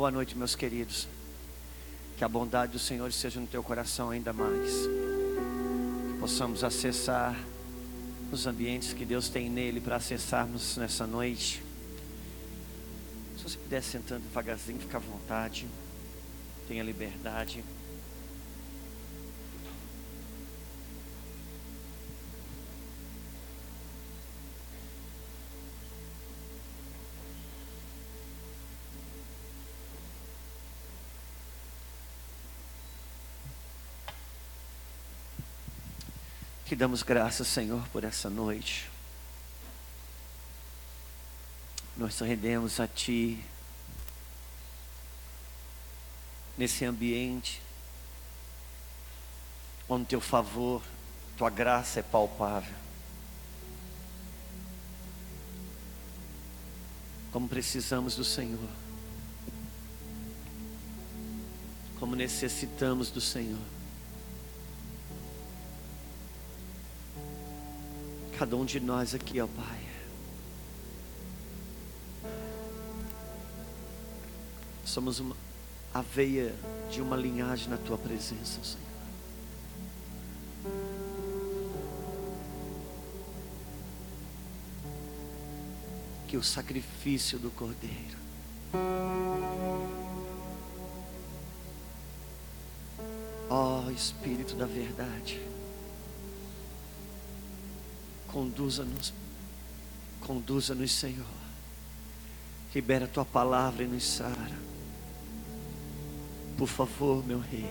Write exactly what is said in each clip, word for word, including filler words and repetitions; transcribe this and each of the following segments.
boa noite, meus queridos. Que a bondade do Senhor esteja no teu coração ainda mais. Que possamos acessar os ambientes que Deus tem nele para acessarmos nessa noite. Se você puder sentando devagarzinho, fica à vontade. Tenha liberdade. Te damos graças, Senhor, por essa noite. Nós rendemos a Ti nesse ambiente onde Teu favor, Tua graça é palpável. Como precisamos do Senhor, como necessitamos do Senhor. Cada um de nós aqui, ó Pai, somos uma a veia de uma linhagem na Tua presença, Senhor. Que o sacrifício do Cordeiro ó Espírito da verdade, conduza-nos, conduza-nos, Senhor. Libera a Tua palavra e nos sara. Por favor, meu Rei,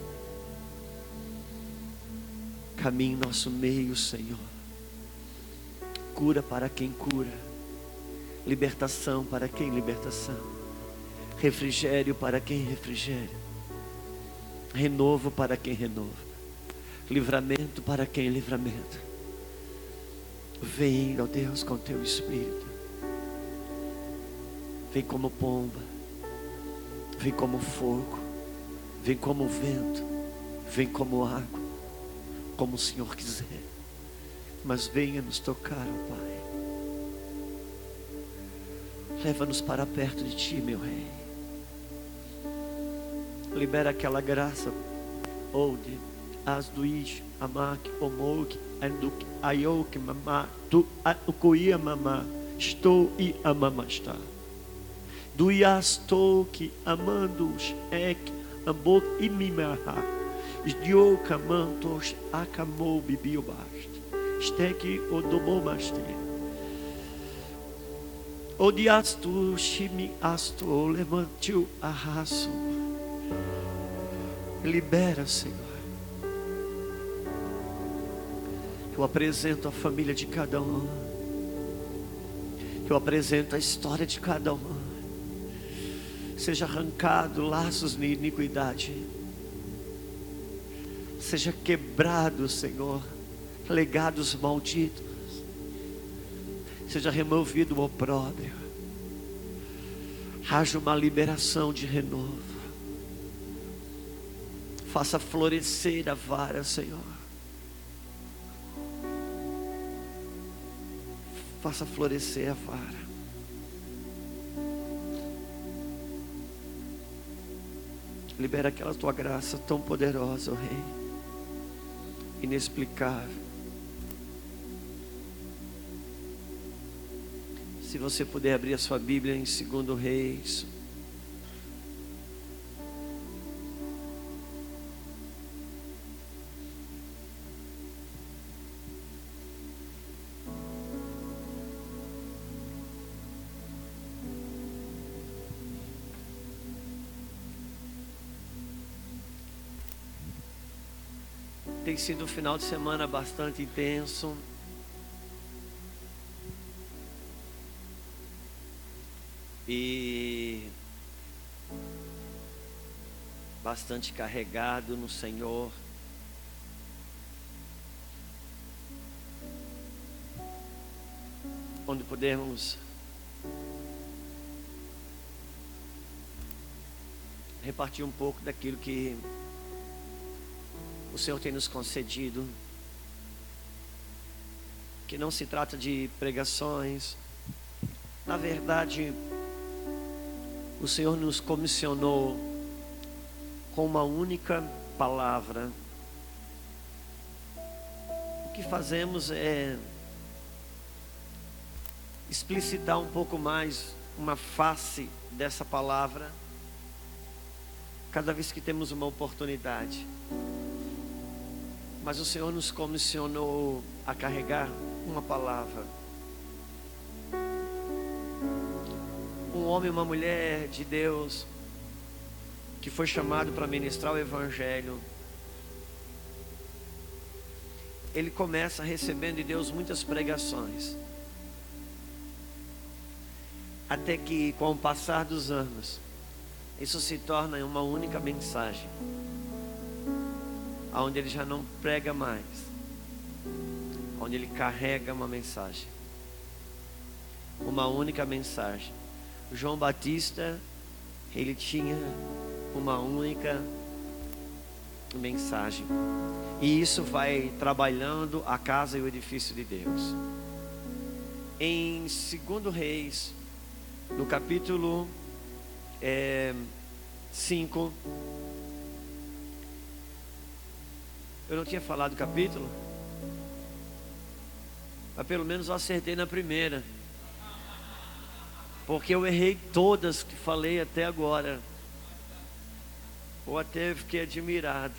caminhe em nosso meio, Senhor. Cura para quem cura, libertação para quem libertação, refrigério para quem refrigério, renovo para quem renova, livramento para quem livramento. Vem, ó Deus, com Teu Espírito. Vem como pomba, vem como fogo, vem como vento, vem como água, como o Senhor quiser. Mas venha nos tocar, ó Pai. Leva-nos para perto de Ti, meu Rei. Libera aquela graça, onde as duís, amak, omok, anduk, ayok, mamá, tu, ukuia, mamá, estou e amamasta. Duiastoki, amandos, ek, ambok e mimaha. Isdioka mantos, akamou, bibiobast. Steki, odomomaste. Odiastu, shimi, asto, levantiu, arraso. Libera, Senhor. Eu apresento a família de cada um. Eu apresento a história de cada um. Seja arrancado laços de iniquidade. Seja quebrado, Senhor, legados malditos. Seja removido o opróbrio. Haja uma liberação de renovo. Faça florescer a vara, Senhor. Faça florescer a vara. Libera aquela Tua graça tão poderosa, ó Rei, inexplicável. Se você puder abrir a sua Bíblia em Segundo Reis. Tem sido um final de semana bastante intenso. E bastante carregado no Senhor. Onde podemos repartir um pouco daquilo que o Senhor tem nos concedido, que não se trata de pregações. Na verdade, o Senhor nos comissionou com uma única palavra. O que fazemos é explicitar um pouco mais uma face dessa palavra cada vez que temos uma oportunidade. Mas o Senhor nos comissionou a carregar uma palavra. Um homem e uma mulher de Deus que foi chamado para ministrar o Evangelho. Ele começa recebendo de Deus muitas pregações, até que, com o passar dos anos, isso se torna uma única mensagem, onde ele já não prega mais, onde ele carrega uma mensagem, uma única mensagem. João Batista, ele tinha uma única mensagem, e isso vai trabalhando a casa e o edifício de Deus. Em segundo Reis, no capítulo é, cinco, eu não tinha falado do capítulo, mas pelo menos eu acertei na primeira, porque eu errei todas que falei até agora. Ou até fiquei admirado.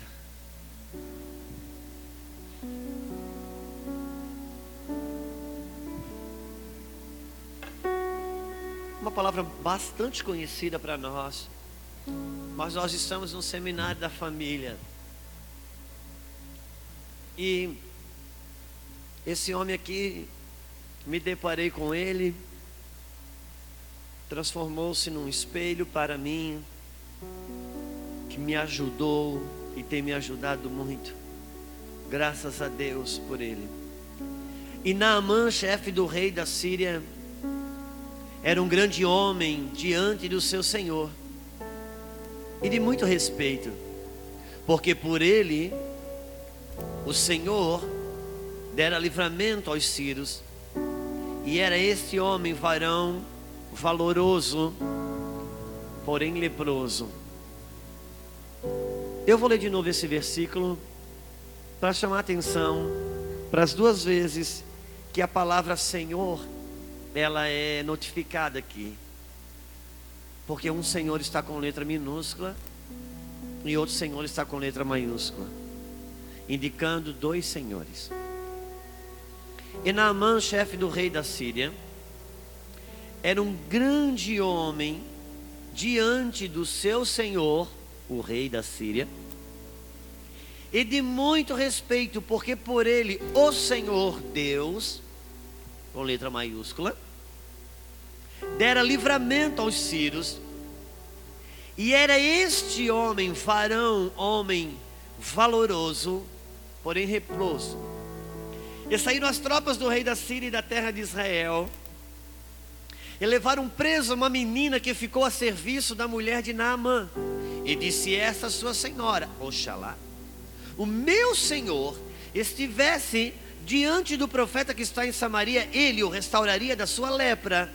Uma palavra bastante conhecida para nós, mas nós estamos no seminário da família. E esse homem aqui, me deparei com ele, transformou-se num espelho para mim, que me ajudou e tem me ajudado muito. Graças a Deus por ele. E Naamã, chefe do rei da Síria, era um grande homem diante do seu senhor, e de muito respeito, porque por ele o Senhor dera livramento aos sírios, e era este homem varão valoroso, porém leproso. Eu vou ler de novo esse versículo para chamar a atenção para as duas vezes que a palavra Senhor ela é notificada aqui, porque um Senhor está com letra minúscula e outro Senhor está com letra maiúscula, indicando dois senhores. E Naamã, chefe do rei da Síria, era um grande homem diante do seu senhor, o rei da Síria, e de muito respeito, porque por ele o Senhor Deus, com letra maiúscula, dera livramento aos sírios. E era este homem, varão, homem valoroso, porém leproso. E saíram as tropas do rei da Síria e da terra de Israel, e levaram preso uma menina que ficou a serviço da mulher de Naamã. E disse esta sua senhora: Oxalá o meu senhor estivesse diante do profeta que está em Samaria, ele o restauraria da sua lepra.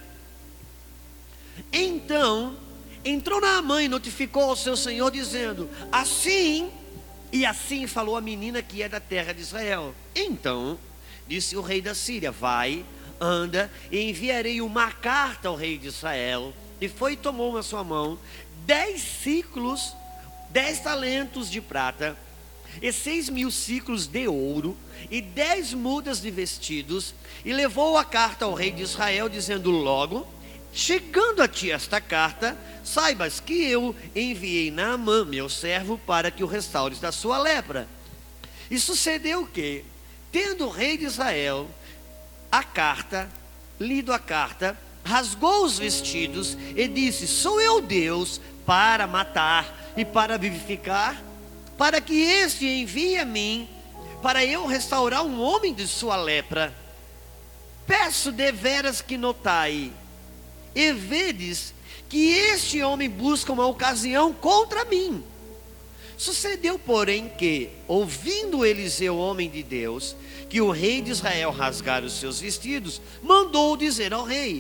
Então entrou Naamã e notificou ao seu senhor, dizendo: assim e assim falou a menina que é da terra de Israel. Então disse o rei da Síria: vai, anda, e enviarei uma carta ao rei de Israel. E foi e tomou na sua mão dez ciclos, dez talentos de prata, e seis mil ciclos de ouro, e dez mudas de vestidos, e levou a carta ao rei de Israel, dizendo: logo, chegando a ti esta carta, saibas que eu enviei Naamã, meu servo, para que o restaures da sua lepra. E sucedeu que, tendo o rei de Israel a carta, lido a carta, rasgou os vestidos e disse: sou eu Deus para matar e para vivificar, para que este envie a mim, para eu restaurar um homem de sua lepra. Peço deveras que notai e vedes que este homem busca uma ocasião contra mim. Sucedeu, porém, que, ouvindo Eliseu, homem de Deus, que o rei de Israel rasgara os seus vestidos, mandou dizer ao rei: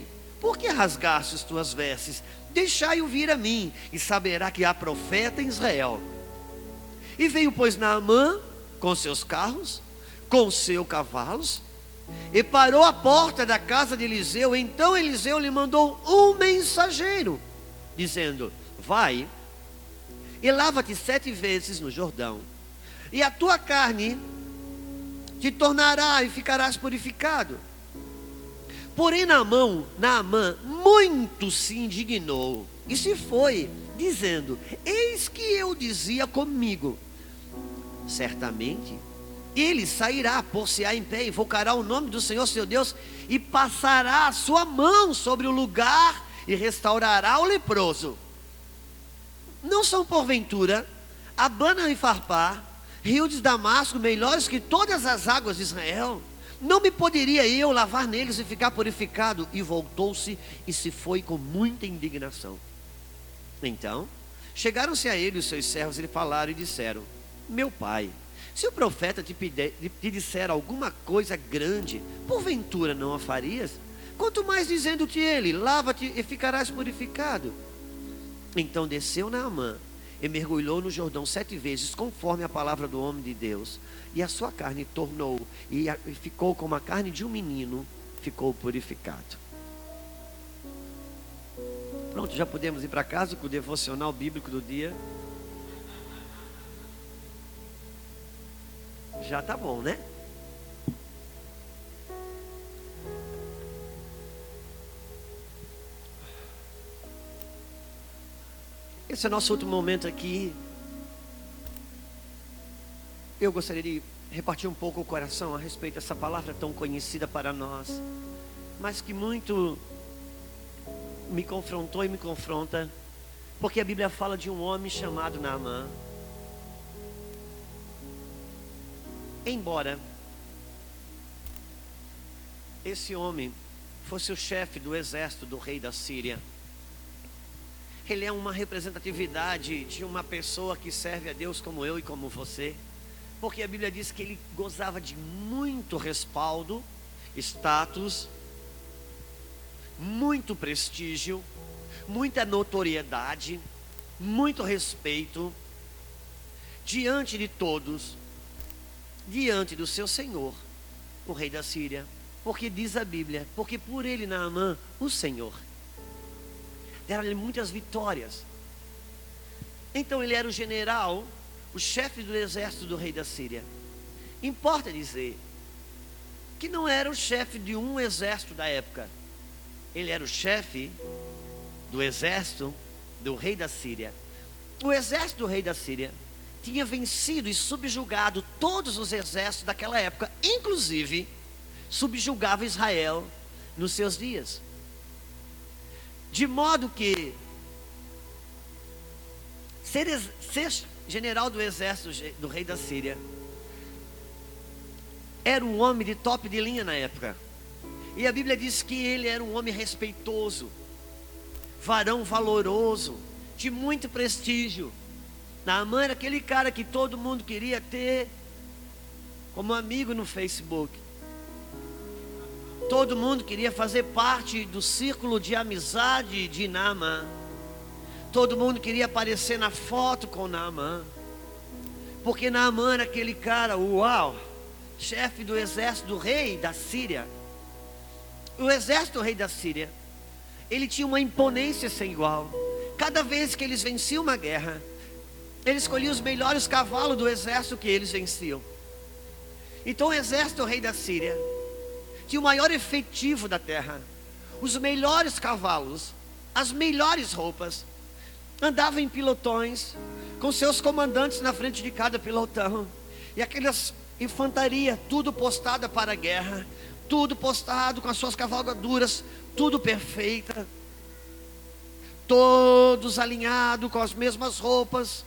por que rasgaste as tuas vestes? Deixai-o vir a mim, e saberá que há profeta em Israel. E veio, pois, Naamã com seus carros, com seus cavalos, e parou à porta da casa de Eliseu. Então Eliseu lhe mandou um mensageiro, dizendo: vai e lava-te sete vezes no Jordão, e a tua carne te tornará e ficarás purificado. Porém Naamã, Naamã muito se indignou e se foi, dizendo: eis que eu dizia comigo, certamente ele sairá, pôr-se-á em pé, invocará o nome do Senhor seu Deus, e passará a sua mão sobre o lugar, e restaurará o leproso. Não são porventura Abana e Farpar, rio de Damasco, melhores que todas as águas de Israel? Não me poderia eu lavar neles e ficar purificado? E voltou-se e se foi com muita indignação. Então chegaram-se a ele os seus servos e lhe falaram e disseram: meu pai, se o profeta te, pide, te disser alguma coisa grande, porventura não a farias? Quanto mais dizendo-te ele: lava-te e ficarás purificado. Então desceu Naamã e mergulhou no Jordão sete vezes, conforme a palavra do homem de Deus, e a sua carne tornou, e, a, e ficou como a carne de um menino, ficou purificado. Pronto, já podemos ir para casa com o devocional bíblico do dia. Já tá bom, né? Esse é o nosso último momento aqui. Eu gostaria de repartir um pouco o coração a respeito dessa palavra tão conhecida para nós, mas que muito me confrontou e me confronta, porque a Bíblia fala de um homem chamado Naamã. Embora esse homem fosse o chefe do exército do rei da Síria, ele é uma representatividade de uma pessoa que serve a Deus como eu e como você, porque a Bíblia diz que ele gozava de muito respaldo, status, muito prestígio, muita notoriedade, muito respeito diante de todos, diante do seu senhor, o rei da Síria. Porque diz a Bíblia, porque por ele, Naamã, o Senhor deram-lhe muitas vitórias. Então ele era o general, o chefe do exército do rei da Síria. Importa dizer que não era o chefe de um exército da época, ele era o chefe do exército do rei da Síria. O exército do rei da Síria tinha vencido e subjugado todos os exércitos daquela época, inclusive subjugava Israel nos seus dias. De modo que ser, ser general do exército do rei da Síria era um homem de top de linha na época. E a Bíblia diz que ele era um homem respeitoso, varão valoroso, de muito prestígio. Naamã era aquele cara que todo mundo queria ter como amigo no Facebook. Todo mundo queria fazer parte do círculo de amizade de Naamã. Todo mundo queria aparecer na foto com Naamã, porque Naamã era aquele cara, uau, chefe do exército do rei da Síria. O exército do rei da Síria, ele tinha uma imponência sem igual. Cada vez que eles venciam uma guerra, ele escolhia os melhores cavalos do exército que eles venciam. Então o exército do rei da Síria tinha o maior efetivo da terra, os melhores cavalos, as melhores roupas, andavam em pilotões, com seus comandantes na frente de cada pilotão, e aquelas infantaria, tudo postada para a guerra, tudo postado com as suas cavalgaduras, tudo perfeita, todos alinhados com as mesmas roupas.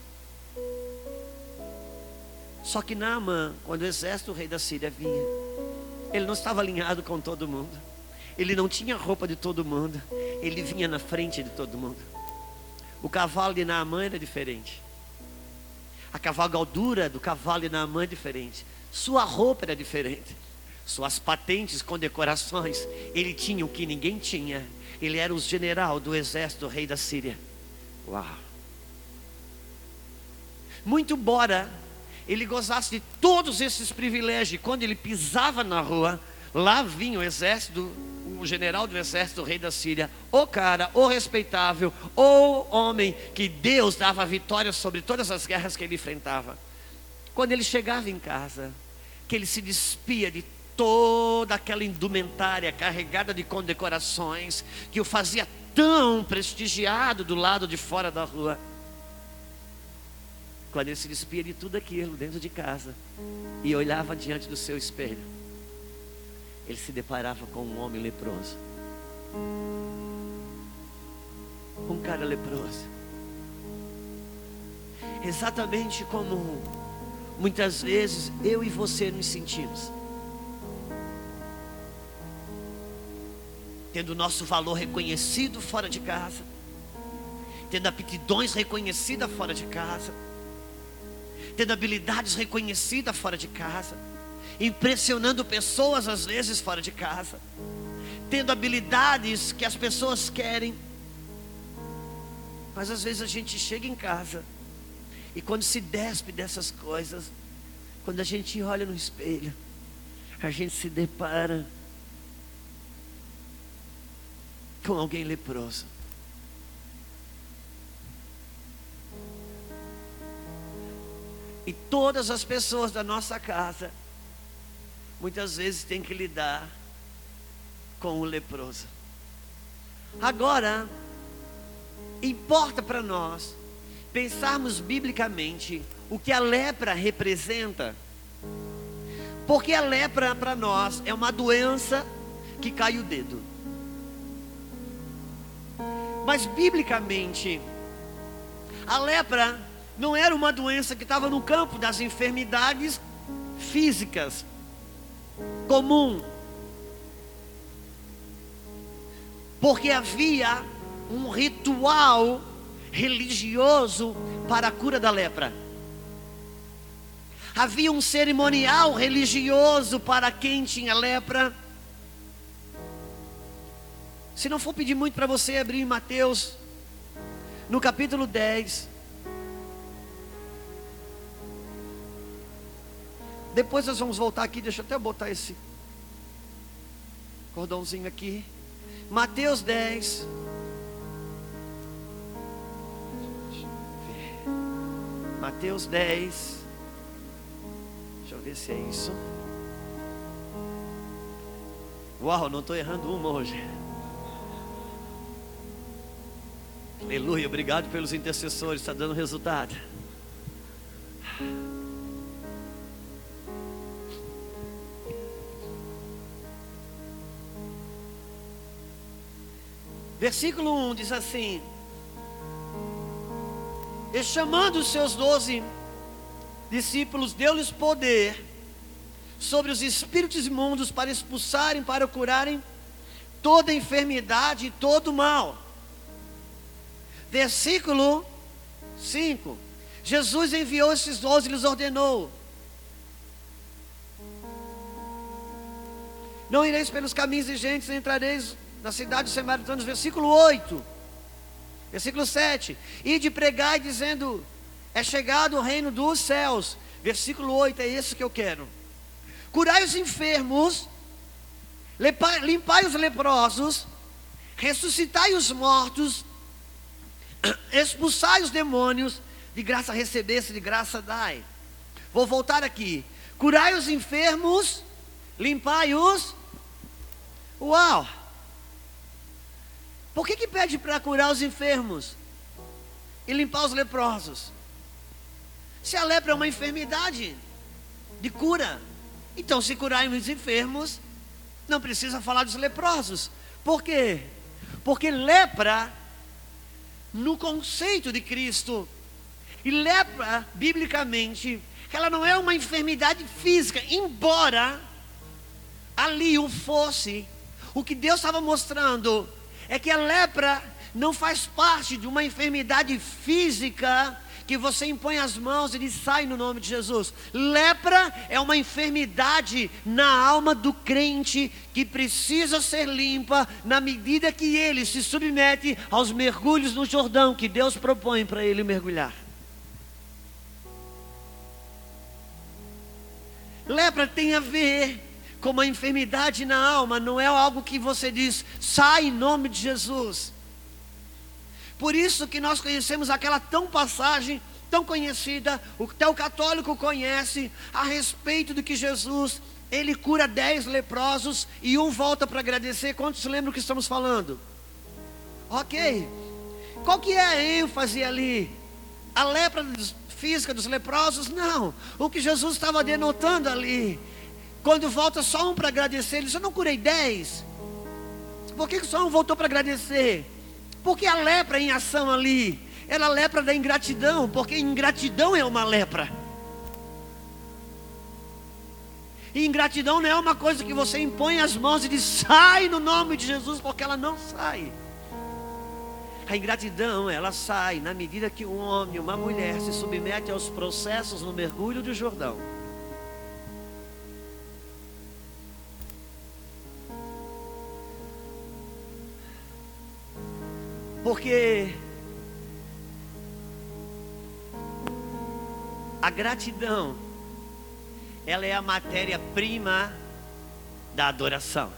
Só que Naamã, quando o exército do rei da Síria vinha, ele não estava alinhado com todo mundo, ele não tinha roupa de todo mundo, ele vinha na frente de todo mundo. O cavalo de Naamã era diferente, a cavalgadura do cavalo de Naamã é diferente, sua roupa era diferente, suas patentes com decorações, ele tinha o que ninguém tinha, Ele era o general do exército do rei da Síria. Uau! Muito embora ele gozasse de todos esses privilégios, quando ele pisava na rua, lá vinha o exército, o general do exército do rei da Síria, o cara, o respeitável, o homem que Deus dava vitória sobre todas as guerras que ele enfrentava. Quando ele chegava em casa, que ele se despia de toda aquela indumentária carregada de condecorações, que o fazia tão prestigiado do lado de fora da rua. Quando ele se despia de tudo aquilo dentro de casa e olhava diante do seu espelho, ele se deparava com um homem leproso. Um cara leproso. Exatamente como muitas vezes eu e você nos sentimos. Tendo o nosso valor reconhecido fora de casa, tendo aptidões reconhecidas fora de casa, tendo habilidades reconhecidas fora de casa, impressionando pessoas às vezes fora de casa, tendo habilidades que as pessoas querem, mas às vezes a gente chega em casa e quando se despe dessas coisas, quando a gente olha no espelho, a gente se depara com alguém leproso. E todas as pessoas da nossa casa muitas vezes têm que lidar com o leproso. Agora, importa para nós pensarmos biblicamente o que a lepra representa, porque a lepra para nós é uma doença que cai o dedo. Mas biblicamente, a lepra não era uma doença que estava no campo das enfermidades físicas comum, porque havia um ritual religioso para a cura da lepra. Havia um cerimonial religioso para quem tinha lepra. Se não for pedir muito para você abrir em Mateus, no capítulo dez. Depois nós vamos voltar aqui, deixa eu até botar esse cordãozinho aqui. Mateus dez. Mateus dez. Deixa eu ver se é isso. Uau, não estou errando uma hoje. Aleluia, obrigado pelos intercessores, está dando resultado. Versículo um diz assim: e chamando os seus doze discípulos, deu-lhes poder sobre os espíritos imundos para expulsarem, para curarem toda enfermidade e todo mal. Versículo cinco: Jesus enviou esses doze e lhes ordenou: não ireis pelos caminhos de gente, entrareis na cidade dos samaritanos. Versículo oito, versículo sete: ide pregai dizendo, é chegado o reino dos céus. Versículo oito, é esse que eu quero: curai os enfermos, limpai os leprosos, ressuscitai os mortos, expulsai os demônios, de graça recebesse, de graça dai. Vou voltar aqui: curai os enfermos, limpai os. Uau! Por que que pede para curar os enfermos e limpar os leprosos? Se a lepra é uma enfermidade de cura, então se curarem os enfermos, não precisa falar dos leprosos. Por quê? Porque lepra, no conceito de Cristo, e lepra biblicamente, ela não é uma enfermidade física, embora ali o fosse. O que Deus estava mostrando é que a lepra não faz parte de uma enfermidade física que você impõe as mãos e ele sai no nome de Jesus. Lepra é uma enfermidade na alma do crente que precisa ser limpa na medida que ele se submete aos mergulhos no Jordão que Deus propõe para ele mergulhar. Lepra tem a ver com uma enfermidade na alma, não é algo que você diz, sai em nome de Jesus. Por isso que nós conhecemos aquela tão passagem, tão conhecida, o teu católico conhece, a respeito do que Jesus, ele cura dez leprosos e um volta para agradecer. Quantos lembram o que estamos falando? Ok, qual que é a ênfase ali? A lepra física dos leprosos? Não, o que Jesus estava denotando ali, quando volta só um para agradecer, ele disse, eu não curei dez, por que só um voltou para agradecer? Porque a lepra em ação ali, era a lepra da ingratidão, porque ingratidão é uma lepra. E ingratidão não é uma coisa que você impõe as mãos e diz, sai no nome de Jesus, porque ela não sai. A ingratidão, ela sai na medida que um homem, uma mulher se submete aos processos no mergulho do Jordão. Porque a gratidão, ela é a matéria-prima da adoração.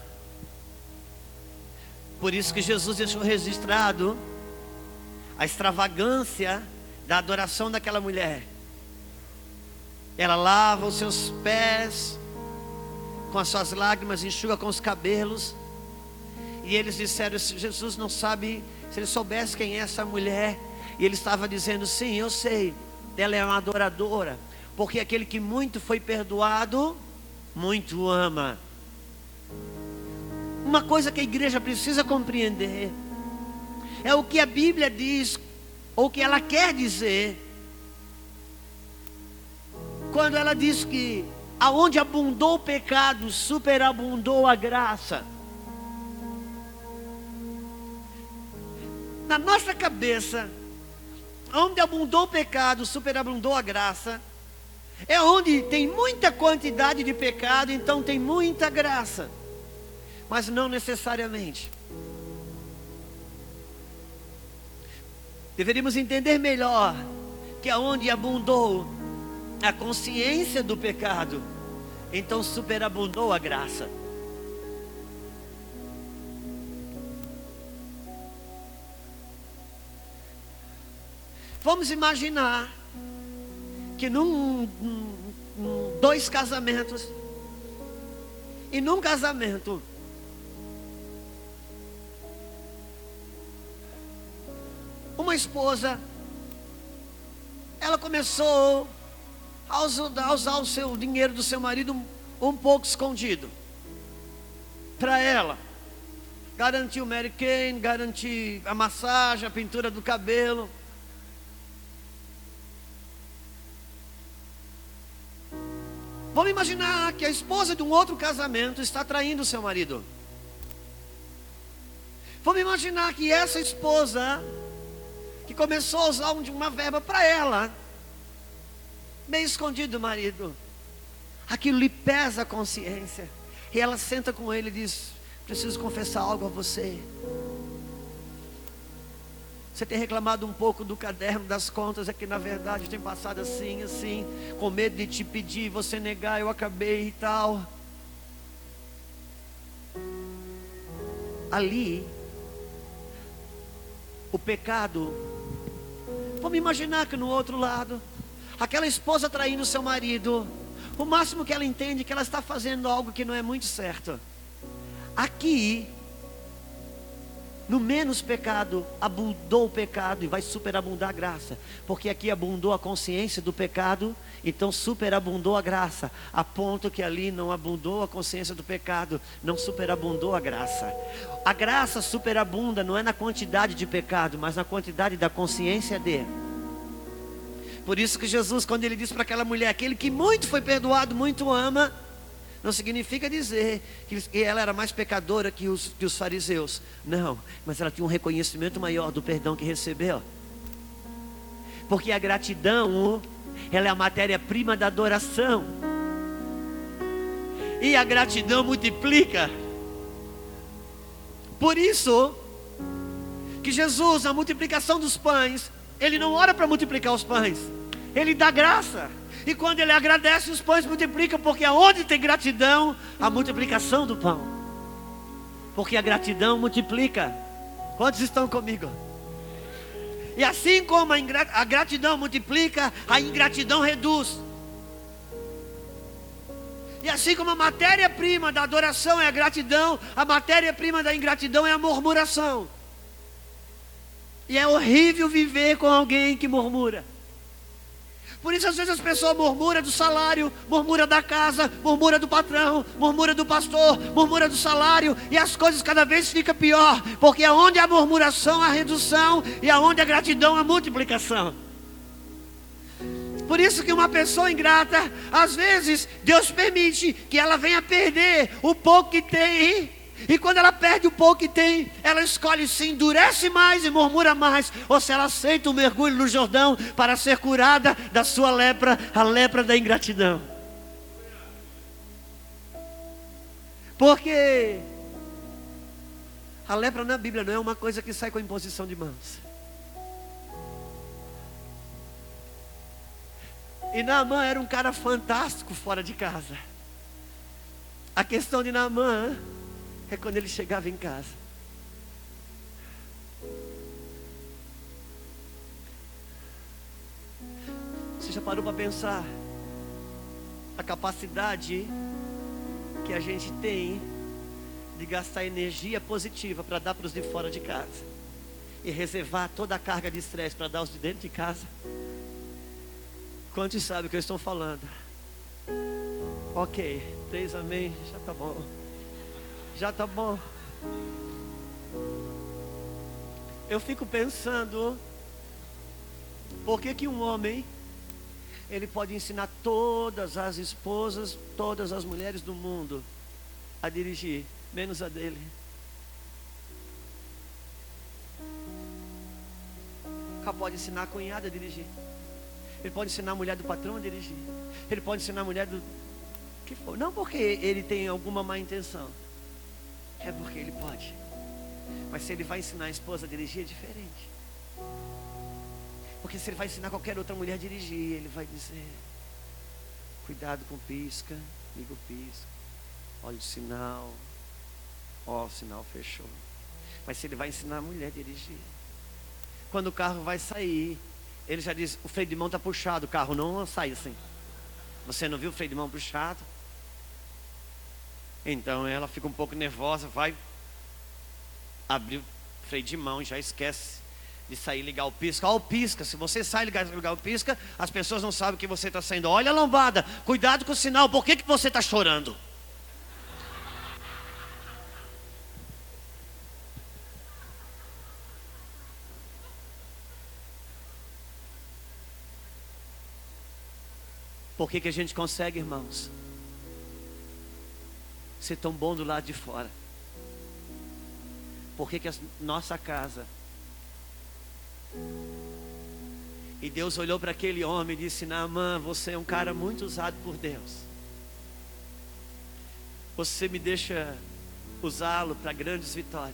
Por isso que Jesus deixou registrado a extravagância da adoração daquela mulher. Ela lava os seus pés com as suas lágrimas, enxuga com os cabelos. E eles disseram, Jesus não sabe, se ele soubesse quem é essa mulher. E ele estava dizendo, sim, eu sei, ela é uma adoradora, porque aquele que muito foi perdoado, muito ama. Uma coisa que a igreja precisa compreender, é o que a Bíblia diz, ou o que ela quer dizer, quando ela diz que, aonde abundou o pecado, superabundou a graça. Na nossa cabeça, onde abundou o pecado, superabundou a graça, é onde tem muita quantidade de pecado, então tem muita graça. Mas não necessariamente. Deveríamos entender melhor que aonde abundou a consciência do pecado, então superabundou a graça. Vamos imaginar que num, num, num dois casamentos, e num casamento uma esposa, ela começou a usar, a usar o seu dinheiro do seu marido um, um pouco escondido, para ela garantir o Mary Kay, garantir a massagem, a pintura do cabelo. Vamos imaginar que a esposa de um outro casamento está traindo o seu marido. Vamos imaginar que essa esposa, que começou a usar uma verba para ela, meio escondido do marido, aquilo lhe pesa a consciência, e ela senta com ele e diz, preciso confessar algo a você. Você tem reclamado um pouco do caderno das contas, é que na verdade tem passado assim, assim, com medo de te pedir, você negar, eu acabei e tal. Ali, o pecado, vamos imaginar que no outro lado, aquela esposa traindo seu marido, o máximo que ela entende é que ela está fazendo algo que não é muito certo. Aqui, no menos pecado, abundou o pecado e vai superabundar a graça. Porque aqui abundou a consciência do pecado, então superabundou a graça. A ponto que ali não abundou a consciência do pecado, não superabundou a graça. A graça superabunda não é na quantidade de pecado, mas na quantidade da consciência dele. Por isso que Jesus, quando ele disse para aquela mulher, aquele que muito foi perdoado, muito ama, não significa dizer que ela era mais pecadora que os, que os fariseus. Não, mas ela tinha um reconhecimento maior do perdão que recebeu. Porque a gratidão, ela é a matéria-prima da adoração. E a gratidão multiplica. Por isso que Jesus, na multiplicação dos pães, Ele não ora para multiplicar os pães, Ele dá graça. E quando Ele agradece, os pães multiplicam. Porque aonde tem gratidão, a multiplicação do pão. Porque a gratidão multiplica. Quantos estão comigo? E assim como a, ingra... a gratidão multiplica, a ingratidão reduz. E assim como a matéria-prima da adoração é a gratidão, a matéria-prima da ingratidão é a murmuração. E é horrível viver com alguém que murmura. Por isso às vezes as pessoas murmuram do salário, murmuram da casa, murmuram do patrão, murmuram do pastor, murmuram do salário, e as coisas cada vez ficam pior, porque aonde há murmuração há redução, e aonde há gratidão há multiplicação. Por isso que uma pessoa ingrata, às vezes Deus permite que ela venha perder o pouco que tem. E quando ela perde o pouco que tem, ela escolhe se endurece mais e murmura mais, ou se ela aceita o mergulho no Jordão para ser curada da sua lepra, a lepra da ingratidão. Porque a lepra na Bíblia não é uma coisa que sai com a imposição de mãos. E Naamã era um cara fantástico fora de casa. A questão de Naamã é quando ele chegava em casa. Você já parou para pensar a capacidade que a gente tem de gastar energia positiva para dar para os de fora de casa e reservar toda a carga de estresse para dar os de dentro de casa? Quantos sabem o que eu estou falando? Ok, três amém, já tá bom. Já tá bom. Eu fico pensando, por que que um homem, ele pode ensinar todas as esposas, todas as mulheres do mundo a dirigir, menos a dele? O cara pode ensinar a cunhada a dirigir. Ele pode ensinar a mulher do patrão a dirigir. Ele pode ensinar a mulher do... que for. Não porque ele tem alguma má intenção. É porque ele pode. Mas se ele vai ensinar a esposa a dirigir, é diferente. Porque se ele vai ensinar qualquer outra mulher a dirigir, ele vai dizer: cuidado com o pisca, liga o pisca, olha o sinal, ó, o sinal fechou. Mas se ele vai ensinar a mulher a dirigir, quando o carro vai sair, ele já diz: o freio de mão está puxado, o carro não sai assim. Você não viu o freio de mão puxado? Então ela fica um pouco nervosa, vai abrir o freio de mão e já esquece de sair e ligar o pisca. Olha o pisca, se você sai e ligar, ligar o pisca, as pessoas não sabem que você está saindo. Olha a lombada, cuidado com o sinal, por que que você está chorando? Por que que a gente consegue, irmãos, ser tão bom do lado de fora? Por que que a nossa casa... E Deus olhou para aquele homem e disse: Naamã, você é um cara muito usado por Deus. Você me deixa usá-lo para grandes vitórias.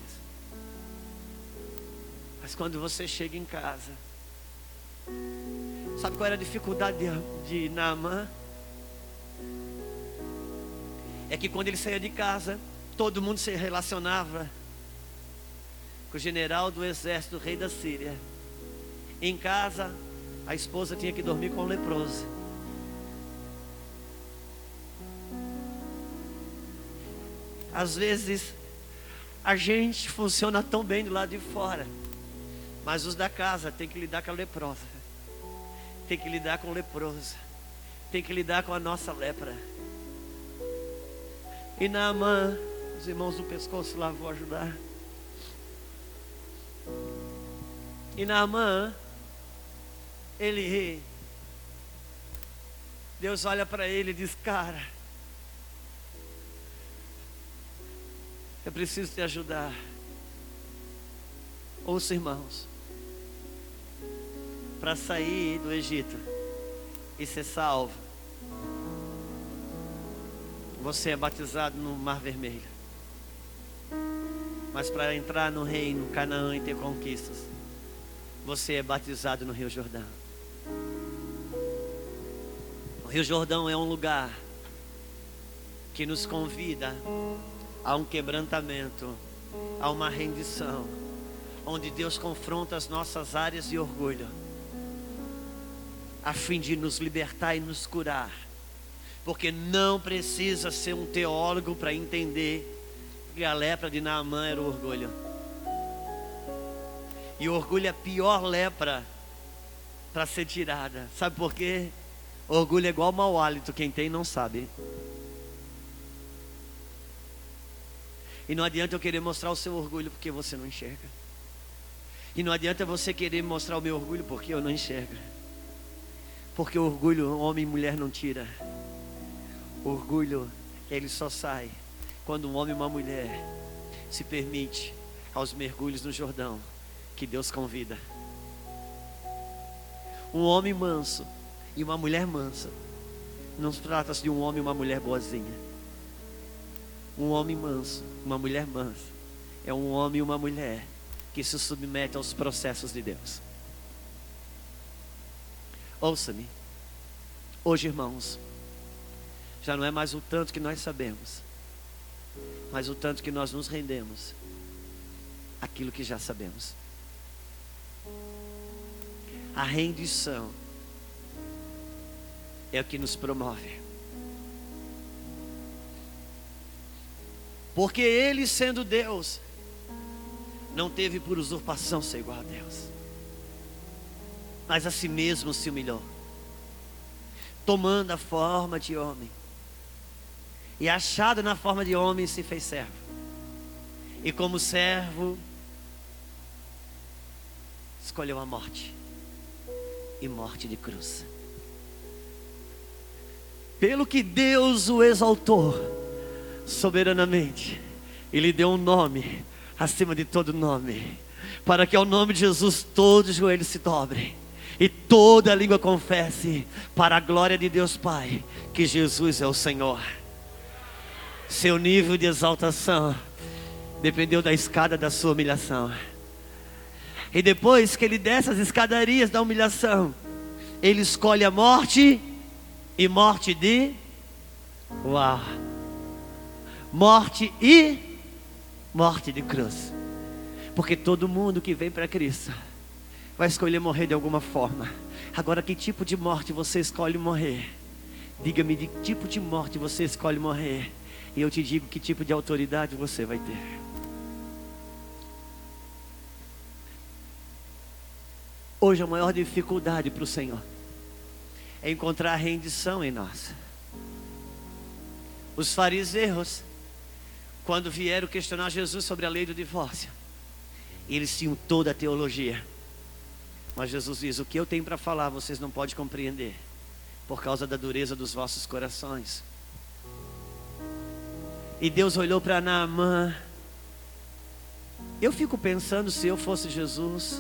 Mas quando você chega em casa, sabe qual era a dificuldade de, de Naamã? É que quando ele saía de casa, todo mundo se relacionava com o general do exército, o rei da Síria. Em casa, a esposa tinha que dormir com o leproso. Às vezes, a gente funciona tão bem do lado de fora, mas os da casa tem que lidar com a leprosa, tem que lidar com o leproso, tem que lidar com a nossa lepra. E Naamã, os irmãos do pescoço lá vão ajudar. E Naamã, ele, Deus olha para ele e diz: cara, eu preciso te ajudar. Ouça, irmãos, para sair do Egito e ser salvo, você é batizado no Mar Vermelho. Mas para entrar no reino Canaã e ter conquistas, você é batizado no Rio Jordão. O Rio Jordão é um lugar que nos convida a um quebrantamento, a uma rendição, onde Deus confronta as nossas áreas de orgulho, a fim de nos libertar e nos curar. Porque não precisa ser um teólogo para entender que a lepra de Naamã era o orgulho. E o orgulho é a pior lepra para ser tirada. Sabe por quê? Orgulho é igual mau hálito, quem tem não sabe. E não adianta eu querer mostrar o seu orgulho porque você não enxerga. E não adianta você querer mostrar o meu orgulho porque eu não enxergo. Porque o orgulho, homem e mulher não tira. O orgulho, ele só sai quando um homem e uma mulher se permite aos mergulhos no Jordão que Deus convida. Um homem manso e uma mulher mansa não trata-se de um homem e uma mulher boazinha. Um homem manso, uma mulher mansa é um homem e uma mulher que se submete aos processos de Deus. Ouça-me. Hoje, irmãos, já não é mais o tanto que nós sabemos, mas o tanto que nós nos rendemos àquilo que já sabemos. A rendição é o que nos promove. Porque Ele, sendo Deus, não teve por usurpação ser igual a Deus, mas a si mesmo se humilhou, tomando a forma de homem, e achado na forma de homem se fez servo, e como servo escolheu a morte, e morte de cruz. Pelo que Deus o exaltou soberanamente, e lhe deu um nome acima de todo nome, para que ao nome de Jesus todo joelho se dobre e toda língua confesse, para a glória de Deus Pai, que Jesus é o Senhor. Seu nível de exaltação dependeu da escada da sua humilhação. E depois que ele desce as escadarias da humilhação, ele escolhe a morte, e morte de uau, morte e morte de cruz. Porque todo mundo que vem para Cristo vai escolher morrer de alguma forma. Agora, que tipo de morte você escolhe morrer? Diga-me de que tipo de morte você escolhe morrer, e eu te digo que tipo de autoridade você vai ter. Hoje a maior dificuldade para o Senhor é encontrar rendição em nós. Os fariseus, quando vieram questionar Jesus sobre a lei do divórcio, eles tinham toda a teologia, mas Jesus diz: o que eu tenho para falar vocês não podem compreender, por causa da dureza dos vossos corações. E Deus olhou para Naamã. Eu fico pensando, se eu fosse Jesus,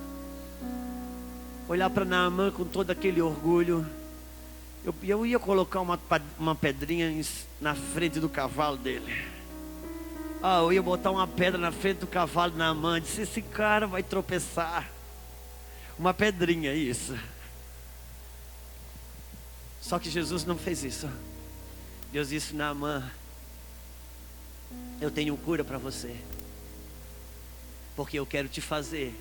olhar para Naamã com todo aquele orgulho, eu, eu ia colocar uma, uma pedrinha em, na frente do cavalo dele. Ah, eu ia botar uma pedra na frente do cavalo de Naamã. Disse: esse cara vai tropeçar. Uma pedrinha, isso. Só que Jesus não fez isso. Deus disse: Naamã, eu tenho cura para você, porque eu quero te fazer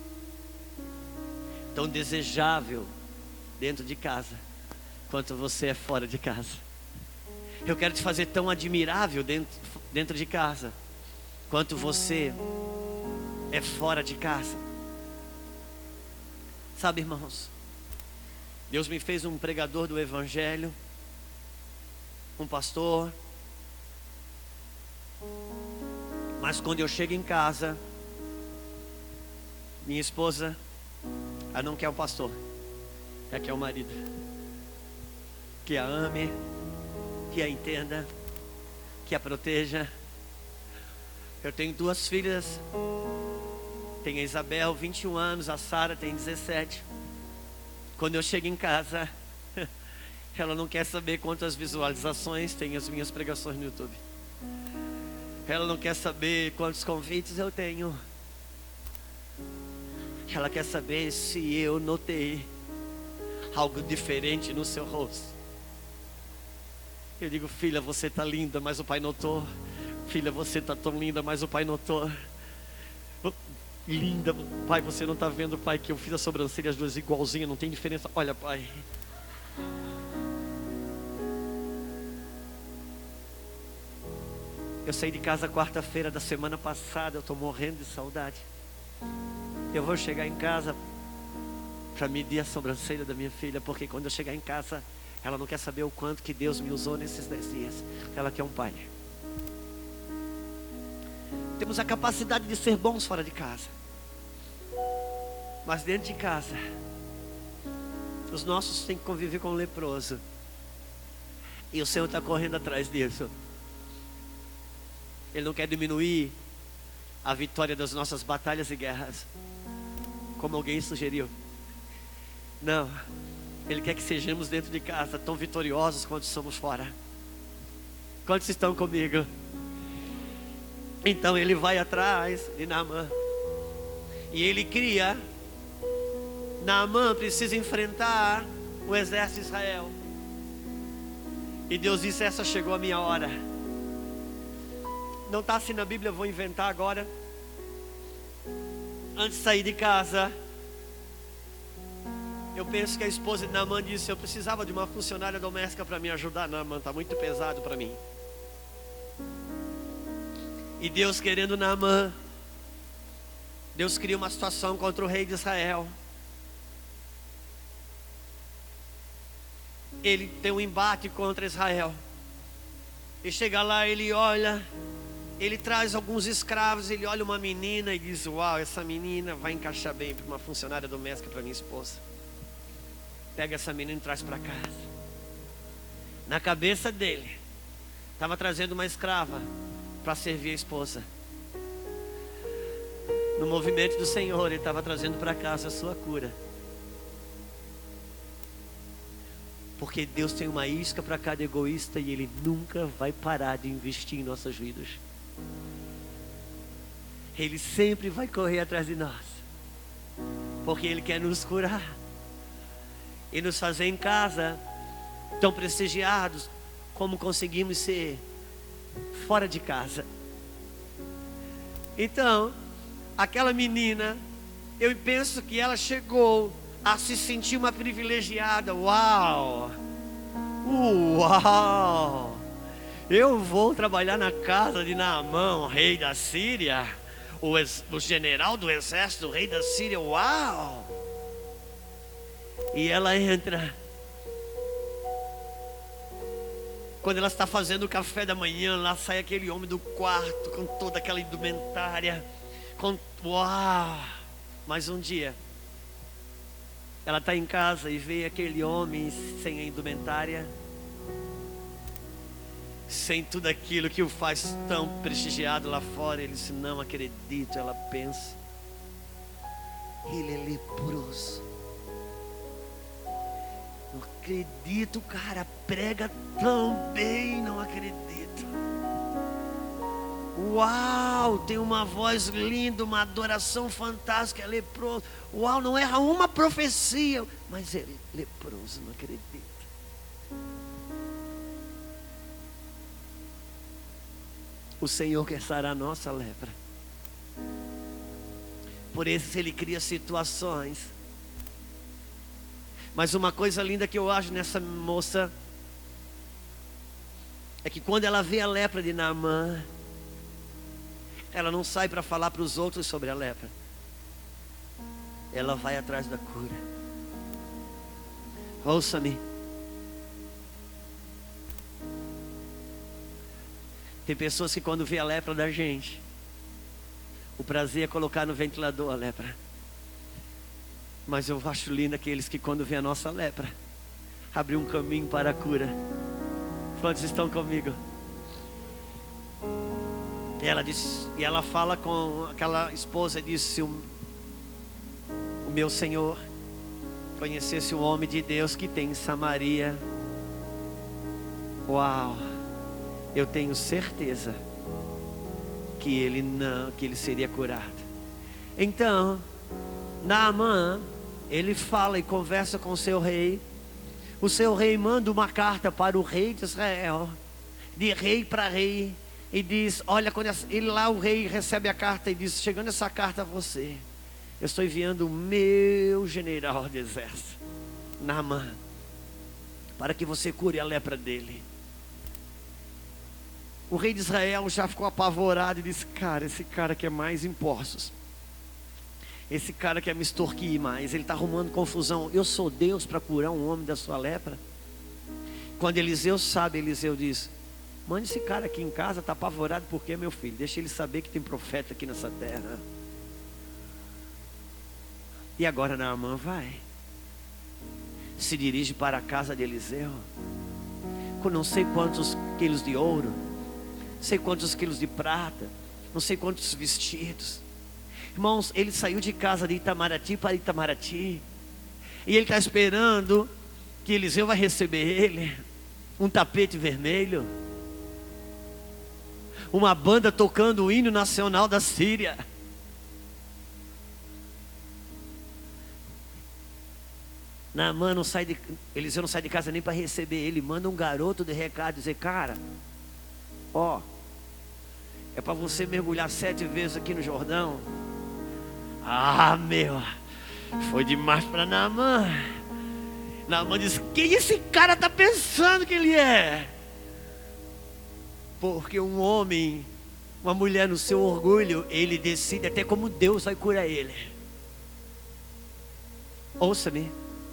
tão desejável dentro de casa quanto você é fora de casa. Eu quero te fazer tão admirável dentro, dentro de casa quanto você é fora de casa. Sabe, irmãos, Deus me fez um pregador do Evangelho, um pastor. Mas quando eu chego em casa, minha esposa, ela não quer um pastor, ela quer um marido que a ame, que a entenda, que a proteja. Eu tenho duas filhas. Tem a Isabel, vinte e um anos, a Sara tem dezessete. Quando eu chego em casa, ela não quer saber quantas visualizações tem as minhas pregações no YouTube. Ela não quer saber quantos convites eu tenho. Ela quer saber se eu notei algo diferente no seu rosto. Eu digo: filha, você está linda, mas o pai notou. Filha, você está tão linda, mas o pai notou. Linda, pai, você não está vendo, pai, que eu fiz a sobrancelha as duas igualzinhas, não tem diferença. Olha, pai. Eu saí de casa quarta-feira da semana passada, eu estou morrendo de saudade. Eu vou chegar em casa para medir a sobrancelha da minha filha, porque quando eu chegar em casa, ela não quer saber o quanto que Deus me usou nesses dez dias. Ela quer um pai. Temos a capacidade de ser bons fora de casa, mas dentro de casa, os nossos têm que conviver com o leproso. E o Senhor está correndo atrás disso. Ele não quer diminuir a vitória das nossas batalhas e guerras, como alguém sugeriu. Não, Ele quer que sejamos dentro de casa tão vitoriosos quanto somos fora. Quantos estão comigo? Então Ele vai atrás de Naamã, e Ele cria. Naamã precisa enfrentar o exército de Israel. E Deus disse: essa chegou a minha hora. Não está assim na Bíblia, eu vou inventar agora. Antes de sair de casa, eu penso que a esposa de Naamã disse: eu precisava de uma funcionária doméstica para me ajudar. Naamã, está muito pesado para mim. E Deus querendo Naamã, Deus cria uma situação contra o rei de Israel. Ele tem um embate contra Israel. E chega lá, ele olha, ele traz alguns escravos, ele olha uma menina e diz: uau, essa menina vai encaixar bem para uma funcionária doméstica para minha esposa. Pega essa menina e traz para casa. Na cabeça dele, estava trazendo uma escrava para servir a esposa. No movimento do Senhor, Ele estava trazendo para casa a sua cura. Porque Deus tem uma isca para cada egoísta, e Ele nunca vai parar de investir em nossas vidas. Ele sempre vai correr atrás de nós, porque Ele quer nos curar e nos fazer em casa tão prestigiados como conseguimos ser fora de casa. Então, aquela menina, eu penso que ela chegou a se sentir uma privilegiada. Uau! Uau! Eu vou trabalhar na casa de Naamã, rei da Síria, o, ex, o general do exército, o rei da Síria. Uau! E ela entra. Quando ela está fazendo o café da manhã, lá sai aquele homem do quarto com toda aquela indumentária. Com... Uau! Mas um dia, ela está em casa e vê aquele homem sem a indumentária, sem tudo aquilo que o faz tão prestigiado lá fora. Ele disse: não acredito. Ela pensa: ele é leproso. Não acredito, o cara prega tão bem, não acredito. Uau, tem uma voz linda, uma adoração fantástica, é leproso. Uau, não erra uma profecia, mas é leproso, não acredito. O Senhor quer sarar a nossa lepra. Por isso Ele cria situações. Mas uma coisa linda que eu acho nessa moça é que quando ela vê a lepra de Naamã, ela não sai para falar para os outros sobre a lepra. Ela vai atrás da cura. Ouça-me. Tem pessoas que quando vê a lepra da gente, o prazer é colocar no ventilador a lepra. Mas eu acho lindo aqueles que quando vê a nossa lepra, abre um caminho para a cura. Quantos estão comigo? E ela diz, e ela fala com aquela esposa, disse: o, o meu Senhor conhecesse o homem de Deus que tem em Samaria, uau, eu tenho certeza que ele não, que ele seria curado. Então, Naamã, ele fala e conversa com o seu rei. O seu rei manda uma carta para o rei de Israel, de rei para rei, e diz: olha, quando ele lá, o rei recebe a carta e diz: chegando essa carta a você, eu estou enviando o meu general de exército, Naamã, para que você cure a lepra dele. O rei de Israel já ficou apavorado e disse: cara, esse cara quer mais impostos, esse cara quer me extorquir mais, ele está arrumando confusão. Eu sou Deus para curar um homem da sua lepra? Quando Eliseu sabe, Eliseu diz: mande esse cara aqui em casa. Está apavorado por quê, meu filho? Deixa ele saber que tem profeta aqui nessa terra. E agora Naamã vai, se dirige para a casa de Eliseu, com não sei quantos quilos de ouro, não sei quantos quilos de prata, não sei quantos vestidos. Irmãos, ele saiu de casa de Itamaraty para Itamaraty, e ele está esperando que Eliseu vai receber ele, um tapete vermelho, uma banda tocando o hino nacional da Síria. Naamã não sai de, Eliseu não sai de casa nem para receber ele, manda um garoto de recado dizer: cara, ó, é para você mergulhar sete vezes aqui no Jordão. Ah, meu, foi demais para Naamã. Naamã diz: quem esse cara está pensando que ele é? Porque um homem, uma mulher no seu orgulho, ele decide até como Deus vai curar ele. Ouça-me,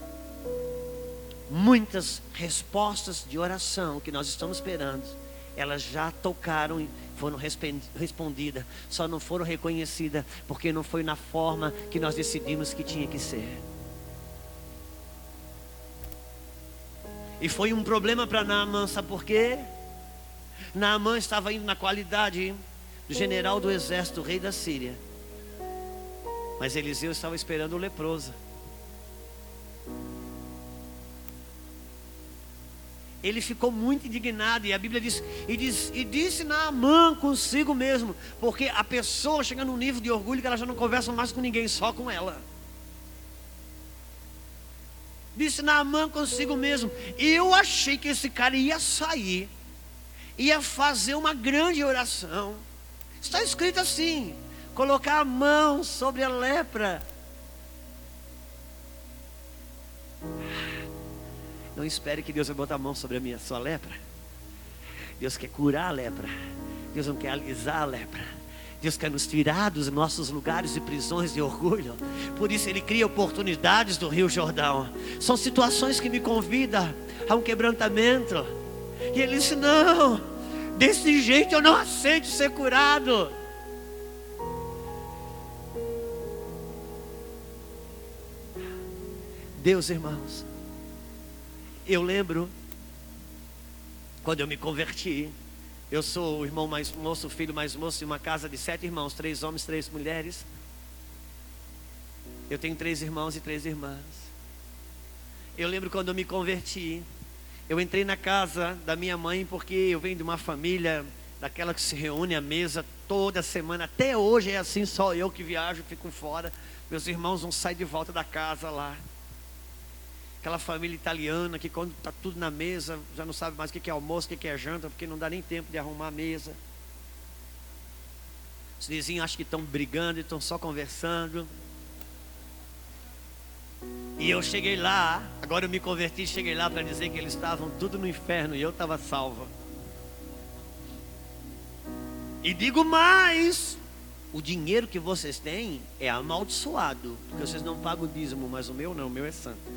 muitas respostas de oração que nós estamos esperando, elas já tocaram e foram respondidas, só não foram reconhecidas, porque não foi na forma que nós decidimos que tinha que ser. E foi um problema para Naamã, sabe por quê? Naamã estava indo na qualidade do general do exército, rei da Síria, mas Eliseu estava esperando o leproso. Ele ficou muito indignado, e a Bíblia diz, e, diz, e disse Naamã consigo mesmo, porque a pessoa chega num nível de orgulho que ela já não conversa mais com ninguém, só com ela. Disse Naamã consigo mesmo: eu achei que esse cara ia sair, ia fazer uma grande oração. Está escrito assim: colocar a mão sobre a lepra. Não espere que Deus vai botar a mão sobre a minha sua lepra. Deus quer curar a lepra. Deus não quer alisar a lepra. Deus quer nos tirar dos nossos lugares de prisões de orgulho. Por isso Ele cria oportunidades do Rio Jordão. São situações que me convidam a um quebrantamento. E Ele disse: não, desse jeito eu não aceito ser curado. Deus, irmãos, eu lembro quando eu me converti. Eu sou o irmão mais moço, o filho mais moço de uma casa de sete irmãos, três homens, três mulheres. Eu tenho três irmãos e três irmãs. Eu lembro quando eu me converti, eu entrei na casa da minha mãe, porque eu venho de uma família daquela que se reúne à mesa toda semana. Até hoje é assim, só eu que viajo, fico fora. Meus irmãos não saem de volta da casa lá. Aquela família italiana que quando está tudo na mesa, já não sabe mais o que é almoço, o que é janta, porque não dá nem tempo de arrumar a mesa. Os vizinhos acham que estão brigando e estão só conversando. E eu cheguei lá, agora eu me converti, cheguei lá para dizer que eles estavam tudo no inferno e eu estava salva. E digo mais: o dinheiro que vocês têm é amaldiçoado, porque vocês não pagam o dízimo, mas o meu não, o meu é santo.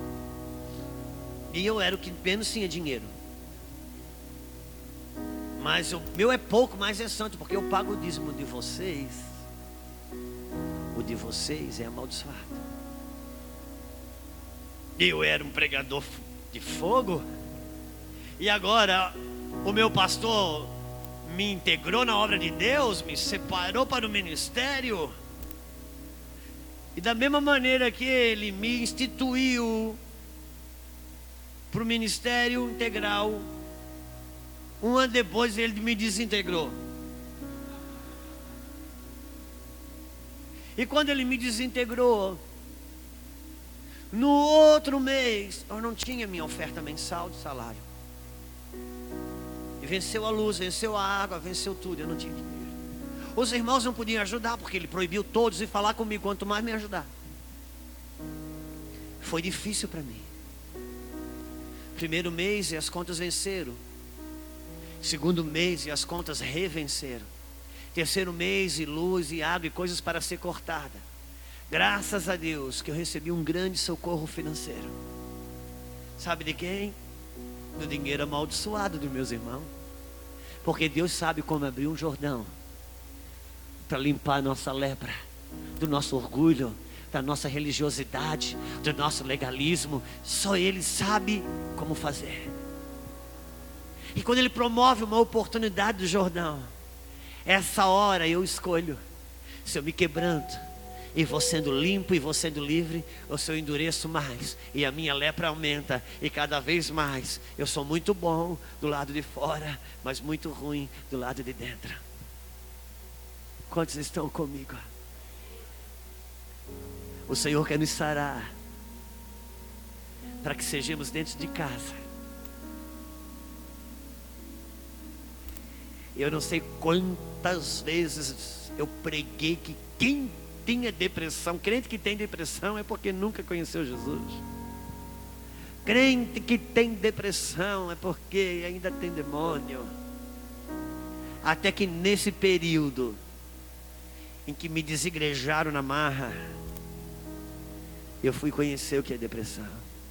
E eu era o que menos tinha dinheiro, mas o meu é pouco, mas é santo, porque eu pago o dízimo de vocês. O de vocês é amaldiçoado. Eu era um pregador de fogo, e agora o meu pastor me integrou na obra de Deus, me separou para o ministério. E da mesma maneira que Ele me instituiu para o ministério integral, um ano depois Ele me desintegrou. E quando Ele me desintegrou, no outro mês, eu não tinha minha oferta mensal de salário. E venceu a luz, venceu a água, venceu tudo, eu não tinha dinheiro. Os irmãos não podiam ajudar, porque Ele proibiu todos de falar comigo, quanto mais me ajudar. Foi difícil para mim. Primeiro mês e as contas venceram. Segundo mês e as contas revenceram. Terceiro mês e luz e água e coisas para ser cortada. Graças a Deus que eu recebi um grande socorro financeiro. Sabe de quem? Do dinheiro amaldiçoado dos meus irmãos. Porque Deus sabe como abrir um Jordão para limpar a nossa lepra, do nosso orgulho, da nossa religiosidade, do nosso legalismo. Só Ele sabe como fazer. E quando Ele promove uma oportunidade do Jordão, essa hora eu escolho se eu me quebranto e vou sendo limpo e vou sendo livre, ou se eu endureço mais e a minha lepra aumenta, e cada vez mais eu sou muito bom do lado de fora, mas muito ruim do lado de dentro. Quantos estão comigo? O Senhor quer nos sarar, para que sejamos dentro de casa. Eu não sei quantas vezes eu preguei que quem tinha depressão, crente que tem depressão é porque nunca conheceu Jesus. Crente que tem depressão é porque ainda tem demônio. Até que nesse período em que me desigrejaram na marra, eu fui conhecer o que é depressão.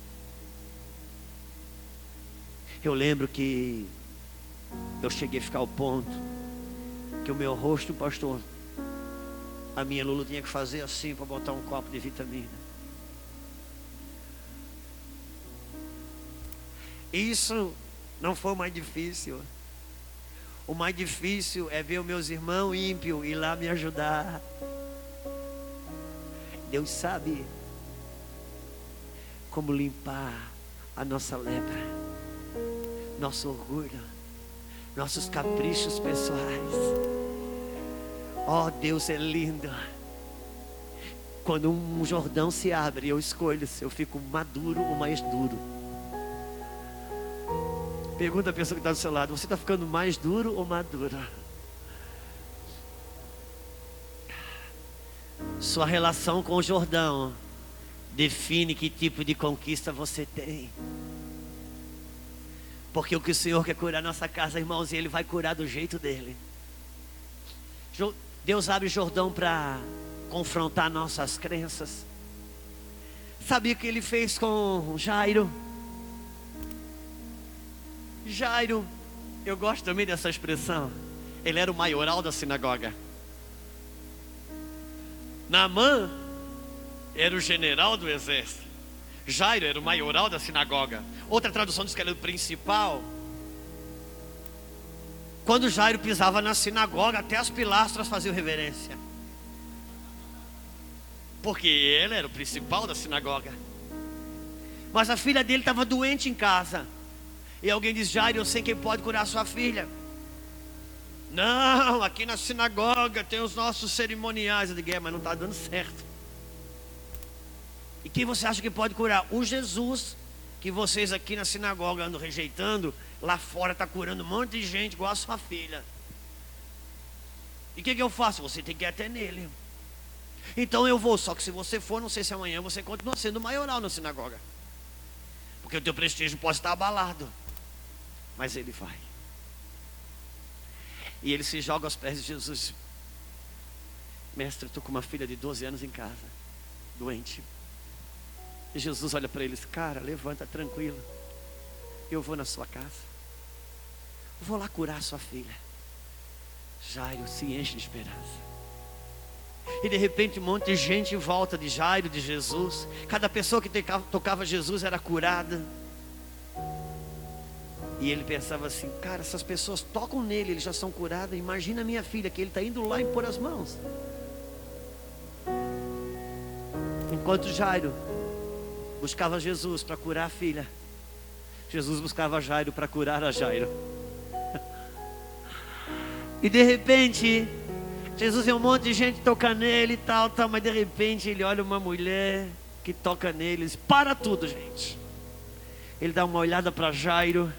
Eu lembro que eu cheguei a ficar ao ponto que o meu rosto, pastor, a minha Lulu tinha que fazer assim para botar um copo de vitamina. Isso não foi o mais difícil. O mais difícil é ver os meus irmãos ímpios ir lá me ajudar. Deus sabe como limpar a nossa lepra, nosso orgulho, nossos caprichos pessoais. Oh, Deus é lindo. Quando um Jordão se abre, eu escolho se eu fico maduro ou mais duro. Pergunta a pessoa que está do seu lado: você está ficando mais duro ou maduro? Sua relação com o Jordão define que tipo de conquista você tem. Porque o que o Senhor quer curar nossa casa, irmãos, e Ele vai curar do jeito dele. Deus abre o Jordão para confrontar nossas crenças. Sabia o que Ele fez com Jairo? Jairo, eu gosto também dessa expressão. Ele era o maioral da sinagoga. Naamã era o general do exército. Jairo era o maioral da sinagoga. Outra tradução diz que ele era o principal. Quando Jairo pisava na sinagoga, até as pilastras faziam reverência, porque ele era o principal da sinagoga. Mas a filha dele estava doente em casa. E alguém diz: Jairo, eu sei quem pode curar sua filha. Não, aqui na sinagoga tem os nossos cerimoniais. Eu digo: é, mas não está dando certo. E quem você acha que pode curar? O Jesus que vocês aqui na sinagoga andam rejeitando, lá fora está curando um monte de gente igual a sua filha. E o que, que eu faço? Você tem que ir até nele. Então eu vou, só que se você for, não sei se amanhã você continua sendo maioral na sinagoga, porque o teu prestígio pode estar abalado. Mas ele vai. E ele se joga aos pés de Jesus. Mestre, eu estou com uma filha de doze anos em casa, doente. E Jesus olha para eles: cara, levanta, tranquilo, eu vou na sua casa, vou lá curar a sua filha. Jairo se enche de esperança. E de repente um monte de gente em volta de Jairo, de Jesus. Cada pessoa que tocava Jesus era curada. E ele pensava assim: cara, essas pessoas tocam nele, eles já são curados. Imagina a minha filha, que ele está indo lá impor as mãos. Enquanto Jairo buscava Jesus para curar a filha, Jesus buscava Jairo para curar a Jairo. E de repente, Jesus vê um monte de gente tocar nele e tal, tal, mas de repente ele olha uma mulher que toca nele, ele diz, para tudo, gente. Ele dá uma olhada para Jairo,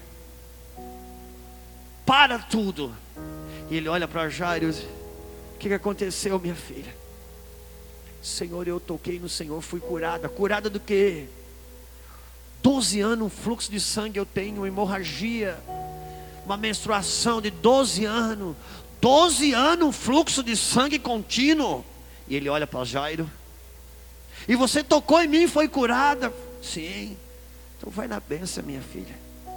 para tudo. E ele olha para Jairo e diz, o que, que aconteceu, minha filha? Senhor, eu toquei no Senhor, fui curada. Curada do quê? doze anos, um fluxo de sangue eu tenho, uma hemorragia, uma menstruação de doze anos. doze anos, um fluxo de sangue contínuo. E ele olha para Jairo, e você tocou em mim e foi curada? Sim. Então vai na bênção, minha filha.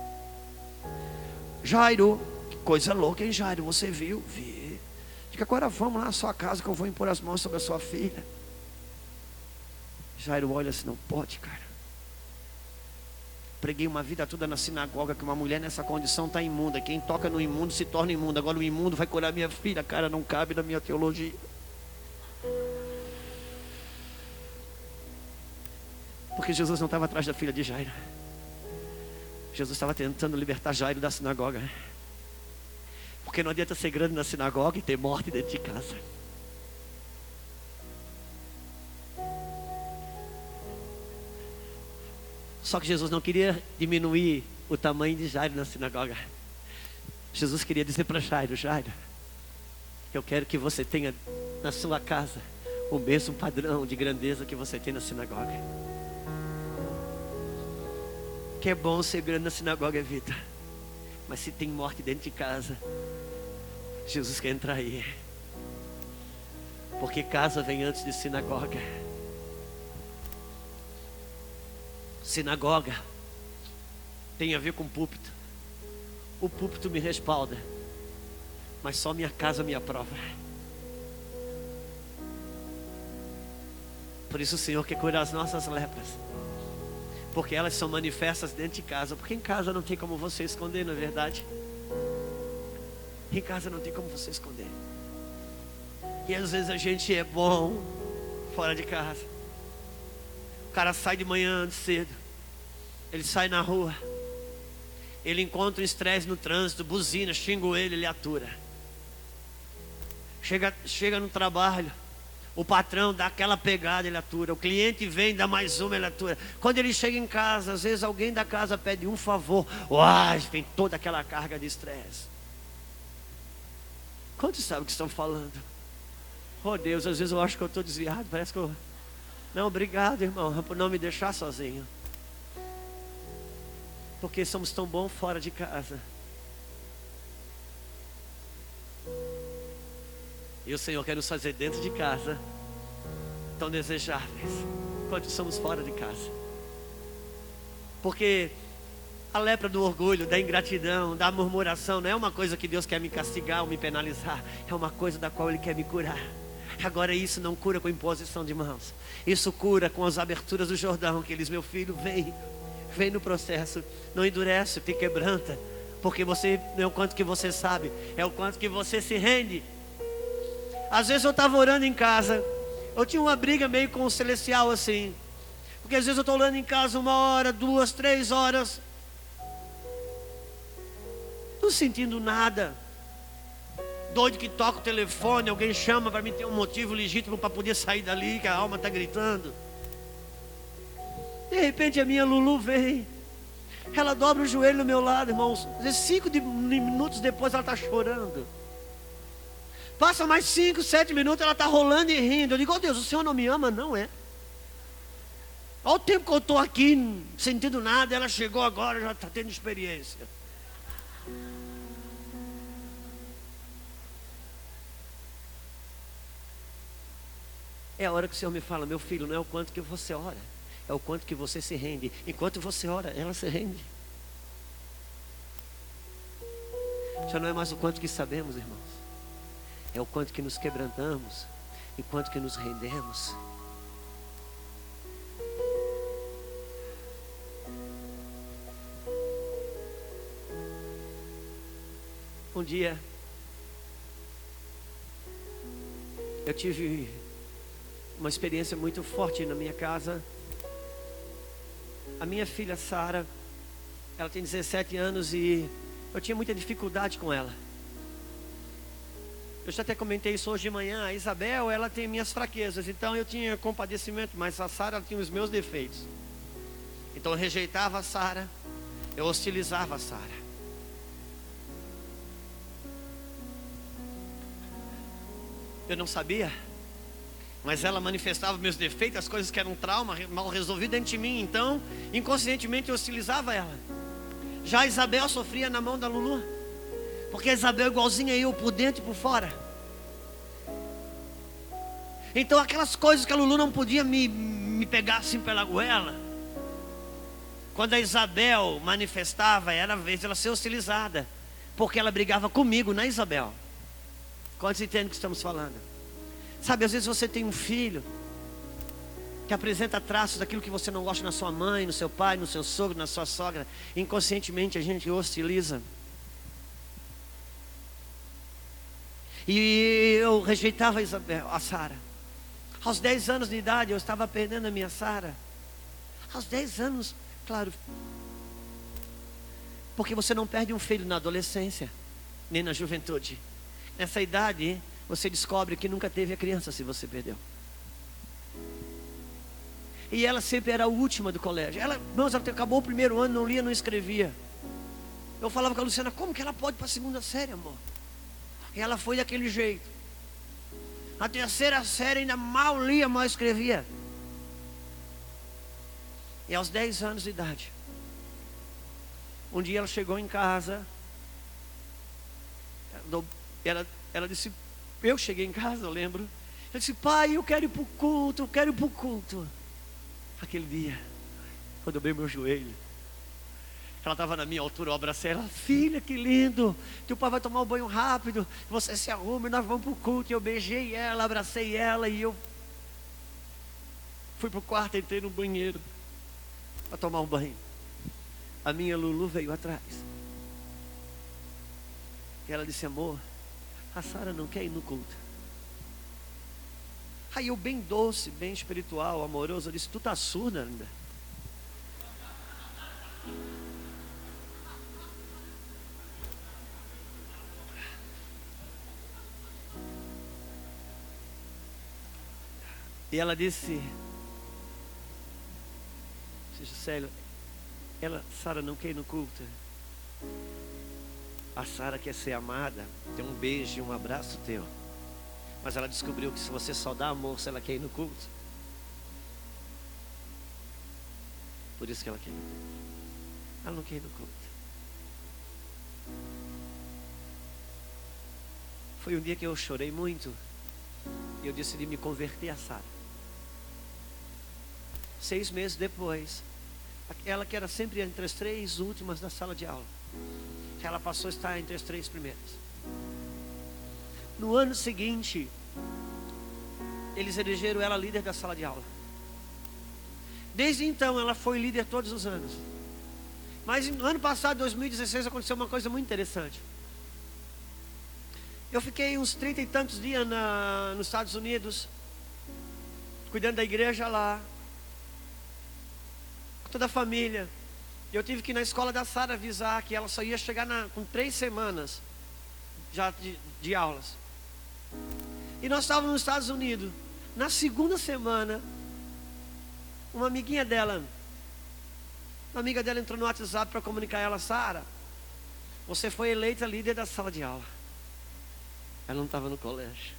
Jairo, que coisa louca, hein, Jairo? Você viu? Vi. Diga, agora vamos lá na sua casa que eu vou impor as mãos sobre a sua filha. Jairo olha assim, não pode, cara. Preguei uma vida toda na sinagoga que uma mulher nessa condição está imunda. Quem toca no imundo se torna imundo. Agora o imundo vai curar minha filha. Cara, não cabe na minha teologia. Porque Jesus não estava atrás da filha de Jairo. Jesus estava tentando libertar Jairo da sinagoga. Porque não adianta ser grande na sinagoga e ter morte dentro de casa. Só que Jesus não queria diminuir o tamanho de Jairo na sinagoga. Jesus queria dizer para Jairo, Jairo, eu quero que você tenha na sua casa o mesmo padrão de grandeza que você tem na sinagoga. Que é bom ser grande na sinagoga, Vitor, mas se tem morte dentro de casa, Jesus quer entrar aí. Porque casa vem antes de sinagoga. Sinagoga tem a ver com púlpito. O púlpito me respalda, mas só minha casa me aprova. Por isso o Senhor quer curar as nossas lepras, porque elas são manifestas dentro de casa. Porque em casa não tem como você esconder, não é verdade? Em casa não tem como você esconder. E às vezes a gente é bom fora de casa. O cara sai de manhã cedo, ele sai na rua, ele encontra um estresse no trânsito, buzina, xinga ele, ele atura. Chega, chega no trabalho, o patrão dá aquela pegada, ele atura. O cliente vem, dá mais uma, ele atura. Quando ele chega em casa, às vezes alguém da casa pede um favor, uai, vem toda aquela carga de estresse. Quantos sabem o que estão falando? Oh Deus, às vezes eu acho que eu estou desviado, parece que eu... Não, obrigado, irmão, por não me deixar sozinho. Porque somos tão bons fora de casa. E o Senhor quer nos fazer dentro de casa tão desejáveis quanto somos fora de casa. Porque a lepra do orgulho, da ingratidão, da murmuração não é uma coisa que Deus quer me castigar ou me penalizar. É uma coisa da qual Ele quer me curar. Agora isso não cura com imposição de mãos. Isso cura com as aberturas do Jordão. Que eles, meu filho, vem, vem no processo. Não endurece, te quebranta. Porque você, não é o quanto que você sabe, é o quanto que você se rende. Às vezes eu estava orando em casa, eu tinha uma briga meio com o celestial assim. Porque às vezes eu estou orando em casa uma hora, duas, três horas, não sentindo nada. Doido que toca o telefone, alguém chama para mim ter um motivo legítimo para poder sair dali, que a alma está gritando. De repente a minha Lulu vem, ela dobra o joelho no meu lado, irmãos. Cinco de, minutos depois ela está chorando. Passa mais cinco, sete minutos, ela está rolando e rindo. Eu digo, oh Deus, o Senhor não me ama, não é? Olha o tempo que eu estou aqui, sentindo nada, ela chegou agora, já está tendo experiência. É a hora que o Senhor me fala, meu filho, não é o quanto que você ora, é o quanto que você se rende. Enquanto você ora, ela se rende. Já não é mais o quanto que sabemos, irmãos, é o quanto que nos quebrantamos e quanto que nos rendemos. Um dia eu tive uma experiência muito forte na minha casa. A minha filha Sara, ela tem dezessete anos e eu tinha muita dificuldade com ela. Eu já até comentei isso hoje de manhã. A Isabel, ela tem minhas fraquezas, então eu tinha compadecimento, mas a Sara tinha os meus defeitos. Então eu rejeitava a Sara, eu hostilizava a Sara. Eu não sabia, mas ela manifestava meus defeitos, as coisas que eram trauma, mal resolvido dentro de mim. Então, inconscientemente eu hostilizava ela. Já a Isabel sofria na mão da Lulu, porque a Isabel é igualzinha a eu, por dentro e por fora. Então aquelas coisas que a Lulu não podia me, me pegar assim pela goela, quando a Isabel manifestava, era a vez dela ser hostilizada, porque ela brigava comigo, não é, Isabel? Quantos entendem o que estamos falando? Sabe, às vezes você tem um filho que apresenta traços daquilo que você não gosta na sua mãe, no seu pai, no seu sogro, na sua sogra. Inconscientemente a gente hostiliza. E eu rejeitava a Isabel, a Sara. Aos dez anos de idade eu estava perdendo a minha Sara. Aos dez anos, claro. Porque você não perde um filho na adolescência, nem na juventude. Nessa idade, você descobre que nunca teve a criança se você perdeu. E ela sempre era a última do colégio. Ela, irmãos, ela acabou o primeiro ano, não lia, não escrevia. Eu falava com a Luciana, como que ela pode ir para a segunda série, amor? E ela foi daquele jeito. A terceira série ainda mal lia, mal escrevia. E aos dez anos de idade, um dia ela chegou em casa. Ela, ela disse, eu cheguei em casa, eu lembro. Ela disse, pai, eu quero ir para o culto, eu quero ir para o culto. Aquele dia, quando eu dobrei meu joelho, ela estava na minha altura, eu abracei ela, filha, que lindo, teu pai vai tomar um banho rápido, você se arruma e nós vamos para o culto. E eu beijei ela, abracei ela e eu fui para o quarto, entrei no banheiro para tomar um banho. A minha Lulu veio atrás. E ela disse, amor, a Sara não quer ir no culto. Aí eu, bem doce, bem espiritual, amoroso, eu disse, tu tá surda ainda? E ela disse, Juscelio, ela, Sara não quer ir no culto. A Sara quer ser amada, tem um beijo e um abraço teu. Mas ela descobriu que se você só dá amor, se ela quer ir no culto. Por isso que ela quer ir no culto. Ela não quer ir no culto. Foi um dia que eu chorei muito. E eu decidi me converter a Sara. Seis meses depois, ela que era sempre entre as três últimas da sala de aula, ela passou a estar entre as três primeiras. No ano seguinte, eles elegeram ela líder da sala de aula. Desde então, ela foi líder todos os anos. Mas no ano passado, dois mil e dezesseis, aconteceu uma coisa muito interessante. Eu fiquei uns trinta e tantos dias na, nos Estados Unidos, cuidando da igreja lá, com toda a família. Eu tive que ir na escola da Sara avisar que ela só ia chegar na, com três semanas já de, de aulas. E nós estávamos nos Estados Unidos. Na segunda semana, uma amiguinha dela, uma amiga dela entrou no WhatsApp para comunicar a ela, Sara, você foi eleita líder da sala de aula. Ela não estava no colégio.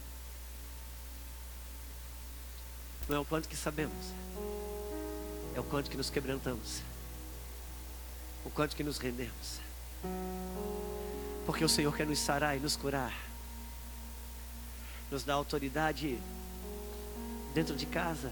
Não é o quanto que sabemos, é o quanto que nos quebrantamos, o quanto que nos rendemos. Porque o Senhor quer nos sarar e nos curar, nos dá autoridade dentro de casa.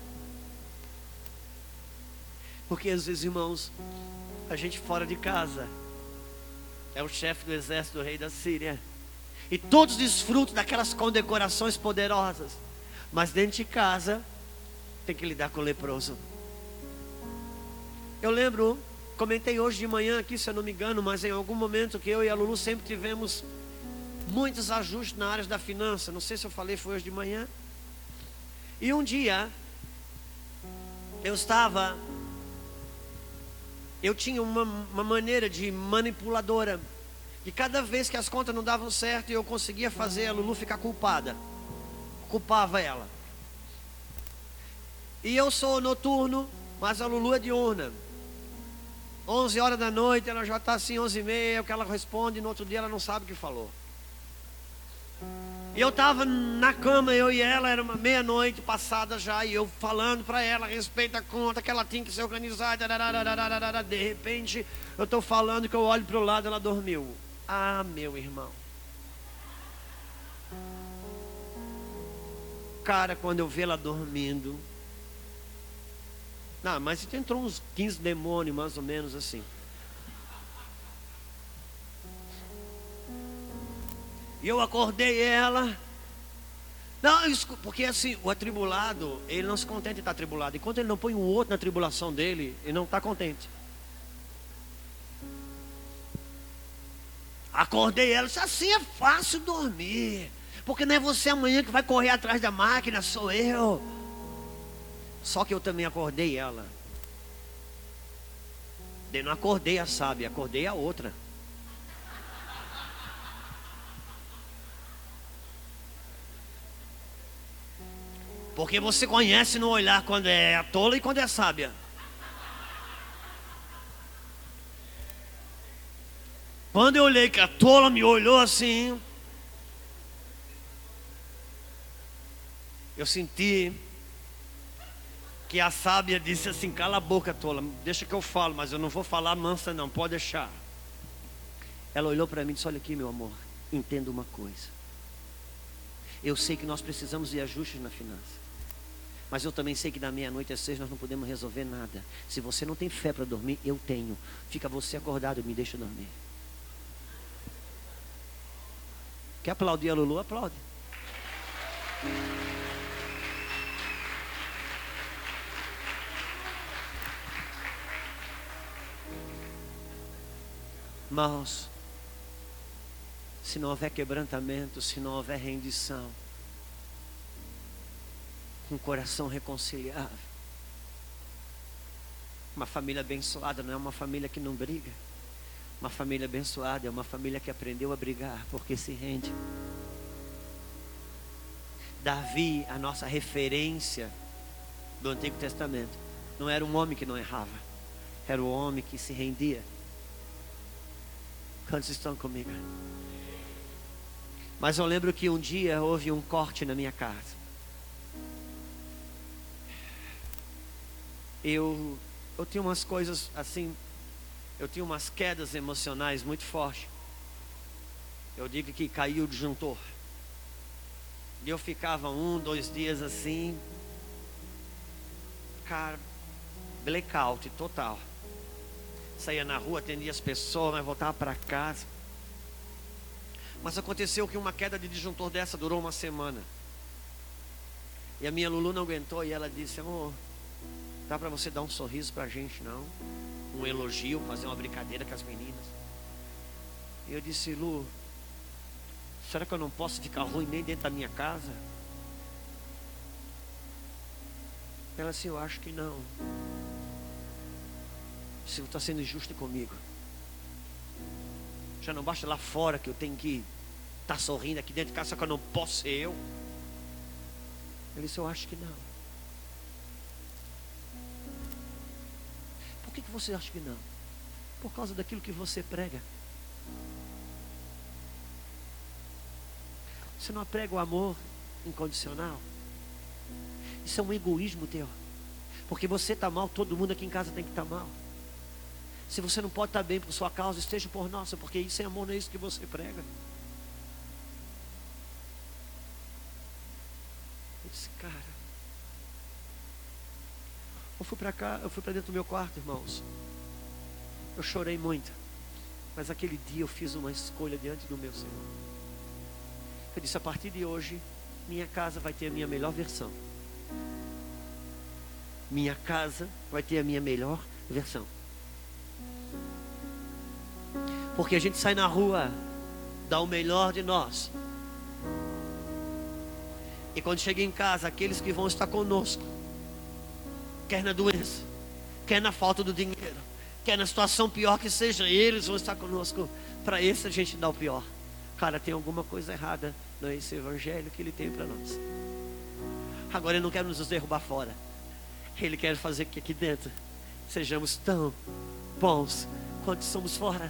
Porque às vezes, irmãos, a gente fora de casa é o chefe do exército do rei da Síria, e todos desfrutam daquelas condecorações poderosas, mas dentro de casa tem que lidar com o leproso. Eu lembro, comentei hoje de manhã aqui, se eu não me engano, mas em algum momento que eu e a Lulu sempre tivemos muitos ajustes na área da finança. Não sei se eu falei, foi hoje de manhã. E um dia, eu estava, eu tinha uma, uma maneira de manipuladora, e cada vez que as contas não davam certo, eu conseguia fazer a Lulu ficar culpada, culpava ela. E eu sou noturno, mas a Lulu é diurna. onze horas da noite, ela já está assim, onze e meia, o que ela responde, no outro dia ela não sabe o que falou. E eu estava na cama, eu e ela, era uma meia-noite passada já, e eu falando para ela a respeito da conta, que ela tinha que se organizar. De repente, eu estou falando que eu olho para o lado, ela dormiu. Ah, meu irmão. Cara, quando eu vi ela dormindo, não, mas entrou uns quinze demônios, mais ou menos assim. E eu acordei ela. Não, porque assim, o atribulado, ele não se contenta de estar atribulado. Enquanto ele não põe um outro na tribulação dele, ele não está contente. Acordei ela, disse, assim é fácil dormir. Porque não é você amanhã que vai correr atrás da máquina, sou eu. Só que eu também acordei ela. Eu não acordei a sábia, acordei a outra. Porque você conhece no olhar quando é a tola e quando é a sábia. Quando eu olhei que a tola me olhou assim, eu senti que a sábia disse assim, cala a boca, tola, deixa que eu falo, mas eu não vou falar mansa não, pode deixar. Ela olhou para mim e disse, olha aqui meu amor, entenda uma coisa. Eu sei que nós precisamos de ajustes na finança, mas eu também sei que da meia-noite às seis nós não podemos resolver nada. Se você não tem fé para dormir, eu tenho. Fica você acordado e me deixa dormir. Quer aplaudir a Lulu? Aplaude. Irmãos, se não houver quebrantamento, se não houver rendição, um coração reconciliável, uma família abençoada não é uma família que não briga. Uma família abençoada é uma família que aprendeu a brigar porque se rende. Davi, a nossa referência do Antigo Testamento, não era um homem que não errava, era o homem que se rendia. Quantos estão comigo? Mas eu lembro que um dia houve um corte na minha casa. Eu, eu tinha umas coisas assim, eu tinha umas quedas emocionais muito fortes. Eu digo que caiu o disjuntor. E eu ficava um, dois dias assim, cara, blackout total. Saía na rua, atendia as pessoas, mas voltava para casa. Mas aconteceu que uma queda de disjuntor dessa durou uma semana. E a minha Lulu não aguentou e ela disse, amor, dá para você dar um sorriso para a gente não? Um elogio, fazer uma brincadeira com as meninas. E eu disse, Lu, será que eu não posso ficar ruim nem dentro da minha casa? Ela disse, eu acho que não. Você está sendo injusto comigo. Já não basta lá fora que eu tenho que estar tá sorrindo aqui dentro de casa, só que eu não posso ser eu. Ele disse, eu acho que não. Por que, que você acha que não? Por causa daquilo que você prega. Você não prega o amor incondicional? Isso é um egoísmo teu. Porque você está mal, todo mundo aqui em casa tem que estar tá mal. Se você não pode estar bem por sua causa, esteja por nossa, porque isso é amor, não é isso que você prega. Eu disse, cara, eu fui para cá, eu fui para dentro do meu quarto, irmãos. Eu chorei muito, mas aquele dia eu fiz uma escolha diante do meu Senhor. Eu disse, a partir de hoje, minha casa vai ter a minha melhor versão. Minha casa vai ter a minha melhor versão. Porque a gente sai na rua, dá o melhor de nós. E quando chega em casa, aqueles que vão estar conosco, quer na doença, quer na falta do dinheiro, quer na situação pior que seja, eles vão estar conosco. Para esse a gente dá o pior. Cara, tem alguma coisa errada nesse evangelho que ele tem para nós. Agora ele não quer nos derrubar fora. Ele quer fazer que aqui dentro sejamos tão bons quanto somos fora.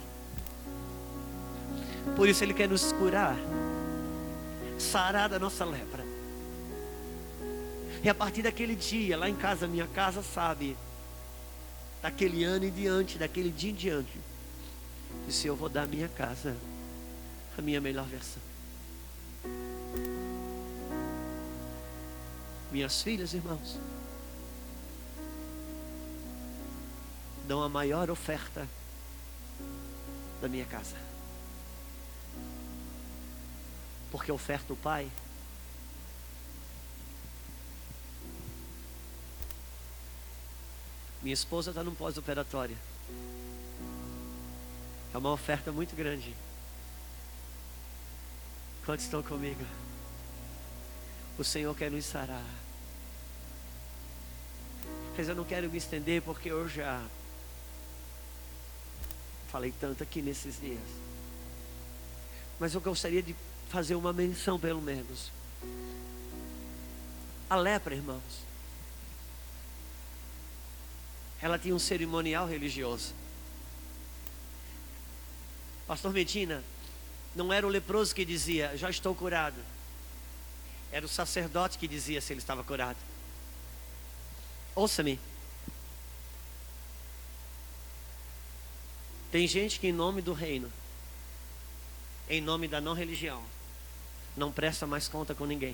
Por isso ele quer nos curar, sarar da nossa lepra. E a partir daquele dia, lá em casa, minha casa sabe, daquele ano em diante, daquele dia em diante, que se eu vou dar a minha casa, a minha melhor versão. Minhas filhas, irmãos, dão a maior oferta da minha casa. Porque oferta o pai. Minha esposa está num pós-operatório. É uma oferta muito grande. Quantos estão comigo? O Senhor quer nos sarar. Mas eu não quero me estender porque eu já falei tanto aqui nesses dias. Mas eu gostaria de fazer uma menção pelo menos. A lepra, irmãos, ela tinha um cerimonial religioso. Pastor Medina, não era o leproso que dizia, já estou curado. Era o sacerdote que dizia se ele estava curado. Ouça-me. Tem gente que em nome do reino, em nome da não religião, não presta mais conta com ninguém.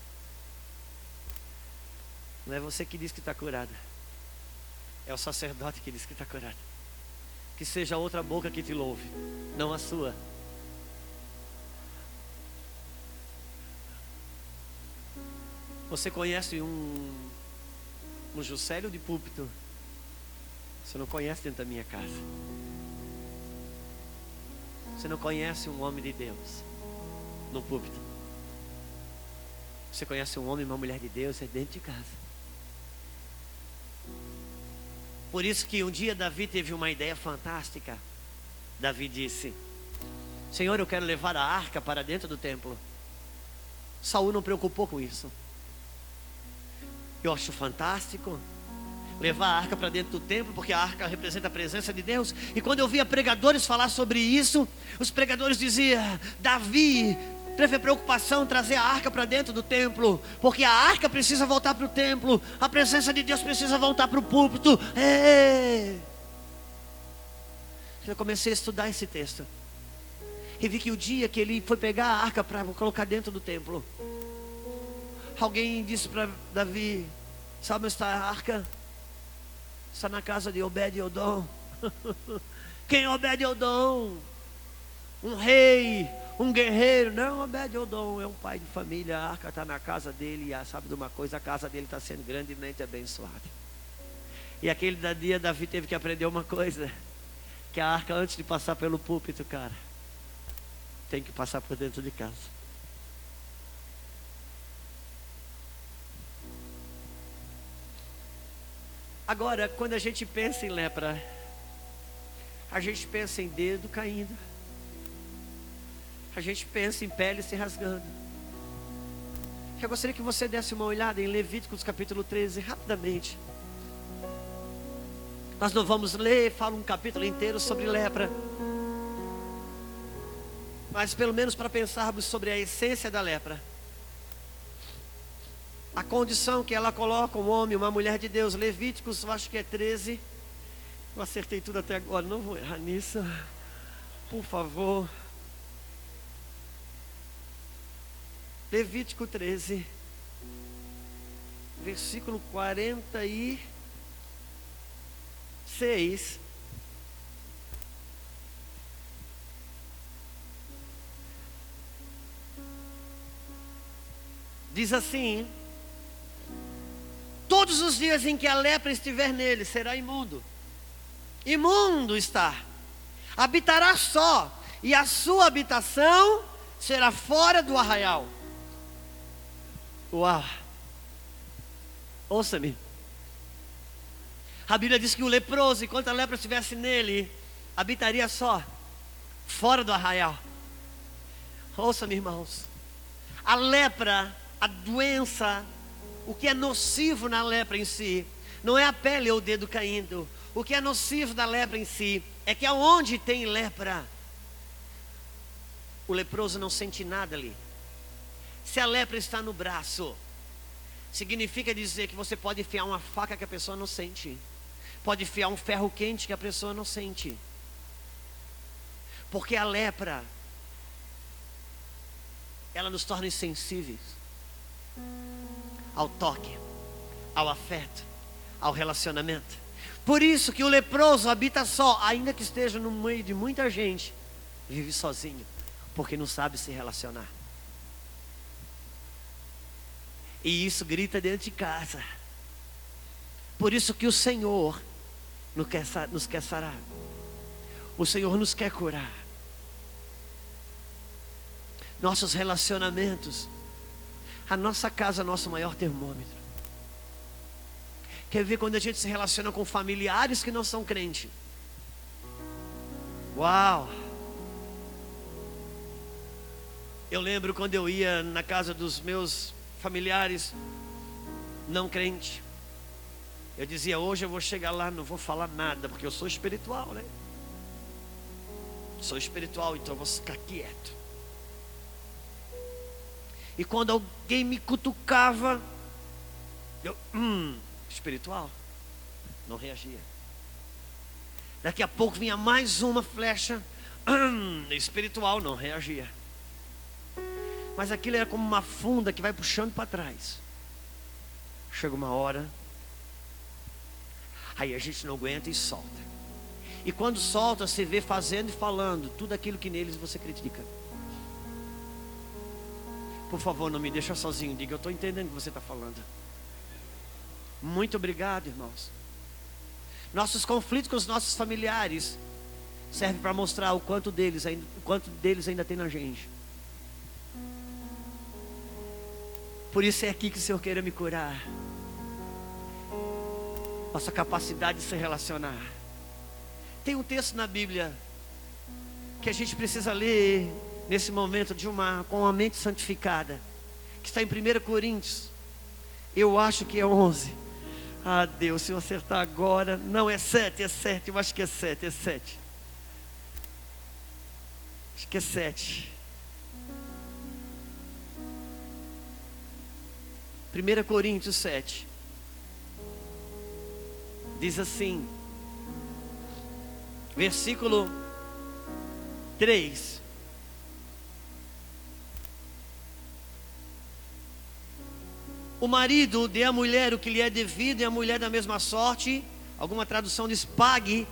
Não é você que diz que está curada. É o sacerdote que diz que está curado. Que seja outra boca que te louve, não a sua. Você conhece um, um Juscelio de púlpito? Você não conhece dentro da minha casa. Você não conhece um homem de Deus no púlpito. Você conhece um homem e uma mulher de Deus é dentro de casa. Por isso que um dia Davi teve uma ideia fantástica. Davi disse: Senhor, eu quero levar a arca para dentro do templo. Saul não preocupou com isso. Eu acho fantástico levar a arca para dentro do templo, porque a arca representa a presença de Deus. E quando eu via pregadores falar sobre isso, os pregadores diziam: Davi teve preocupação em trazer a arca para dentro do templo, porque a arca precisa voltar para o templo, a presença de Deus precisa voltar para o púlpito. É. Eu comecei a estudar esse texto e vi que o dia que ele foi pegar a arca para colocar dentro do templo, alguém disse para Davi: sabe onde está a arca? Está na casa de Obed-Edom. Quem é Obed-Edom? Um rei, um guerreiro. Não, Obed-Edom é um pai de família. A arca está na casa dele. E sabe de uma coisa? A casa dele está sendo grandemente abençoada. E aquele dia Davi teve que aprender uma coisa: que a arca, antes de passar pelo púlpito, cara, tem que passar por dentro de casa. Agora, quando a gente pensa em lepra, a gente pensa em dedo caindo, a gente pensa em pele se rasgando. Eu gostaria que você desse uma olhada em Levíticos capítulo treze, rapidamente. Nós não vamos ler, fala um capítulo inteiro sobre lepra, mas pelo menos para pensarmos sobre a essência da lepra, a condição que ela coloca um homem, uma mulher de Deus. Levíticos, eu acho que é treze. Eu acertei tudo até agora, não vou errar nisso, por favor. Levítico treze, versículo quarenta e seis. Diz assim: todos os dias em que a lepra estiver nele, será imundo. Imundo está. Habitará só, e a sua habitação será fora do arraial. Uau! Ouça-me. A Bíblia diz que o leproso, enquanto a lepra estivesse nele, habitaria só, fora do arraial. Ouça-me, irmãos. A lepra, a doença, o que é nocivo na lepra em si, não é a pele ou o dedo caindo. O que é nocivo da lepra em si, é que aonde tem lepra, o leproso não sente nada ali. Se a lepra está no braço, significa dizer que você pode enfiar uma faca que a pessoa não sente. Pode enfiar um ferro quente que a pessoa não sente. Porque a lepra, ela nos torna insensíveis ao toque, ao afeto, ao relacionamento. Por isso que o leproso habita só, ainda que esteja no meio de muita gente, vive sozinho, porque não sabe se relacionar. E isso grita dentro de casa. Por isso que o Senhor nos quer, nos quer sarar. O Senhor nos quer curar. Nossos relacionamentos, a nossa casa é o nosso maior termômetro. Quer ver quando a gente se relaciona com familiares que não são crentes? Uau! Eu lembro quando eu ia na casa dos meus familiares não crentes. Eu dizia, hoje eu vou chegar lá, não vou falar nada, porque eu sou espiritual, né? Sou espiritual, então eu vou ficar quieto. E quando alguém me cutucava, eu, hum, espiritual, não reagia. Daqui a pouco vinha mais uma flecha, hum, espiritual, não reagia. Mas aquilo era como uma funda que vai puxando para trás. Chega uma hora, aí a gente não aguenta e solta. E quando solta, você vê fazendo e falando tudo aquilo que neles você critica. Por favor, não me deixa sozinho. Diga, eu estou entendendo o que você está falando. Muito obrigado, irmãos. Nossos conflitos com os nossos familiares servem para mostrar o quanto deles ainda, o quanto deles ainda tem na gente. Por isso é aqui que o Senhor queira me curar. Nossa capacidade de se relacionar. Tem um texto na Bíblia que a gente precisa ler nesse momento de uma, com uma mente santificada, que está em primeira Coríntios. Eu acho que é onze. Ah, Deus, se eu acertar agora. Não, é sete, é sete. Eu acho que é sete, é sete. Acho que é sete. primeira Coríntios sete. Diz assim, versículo três. O marido dê à mulher o que lhe é devido, e a mulher da mesma sorte. Alguma tradução diz, pague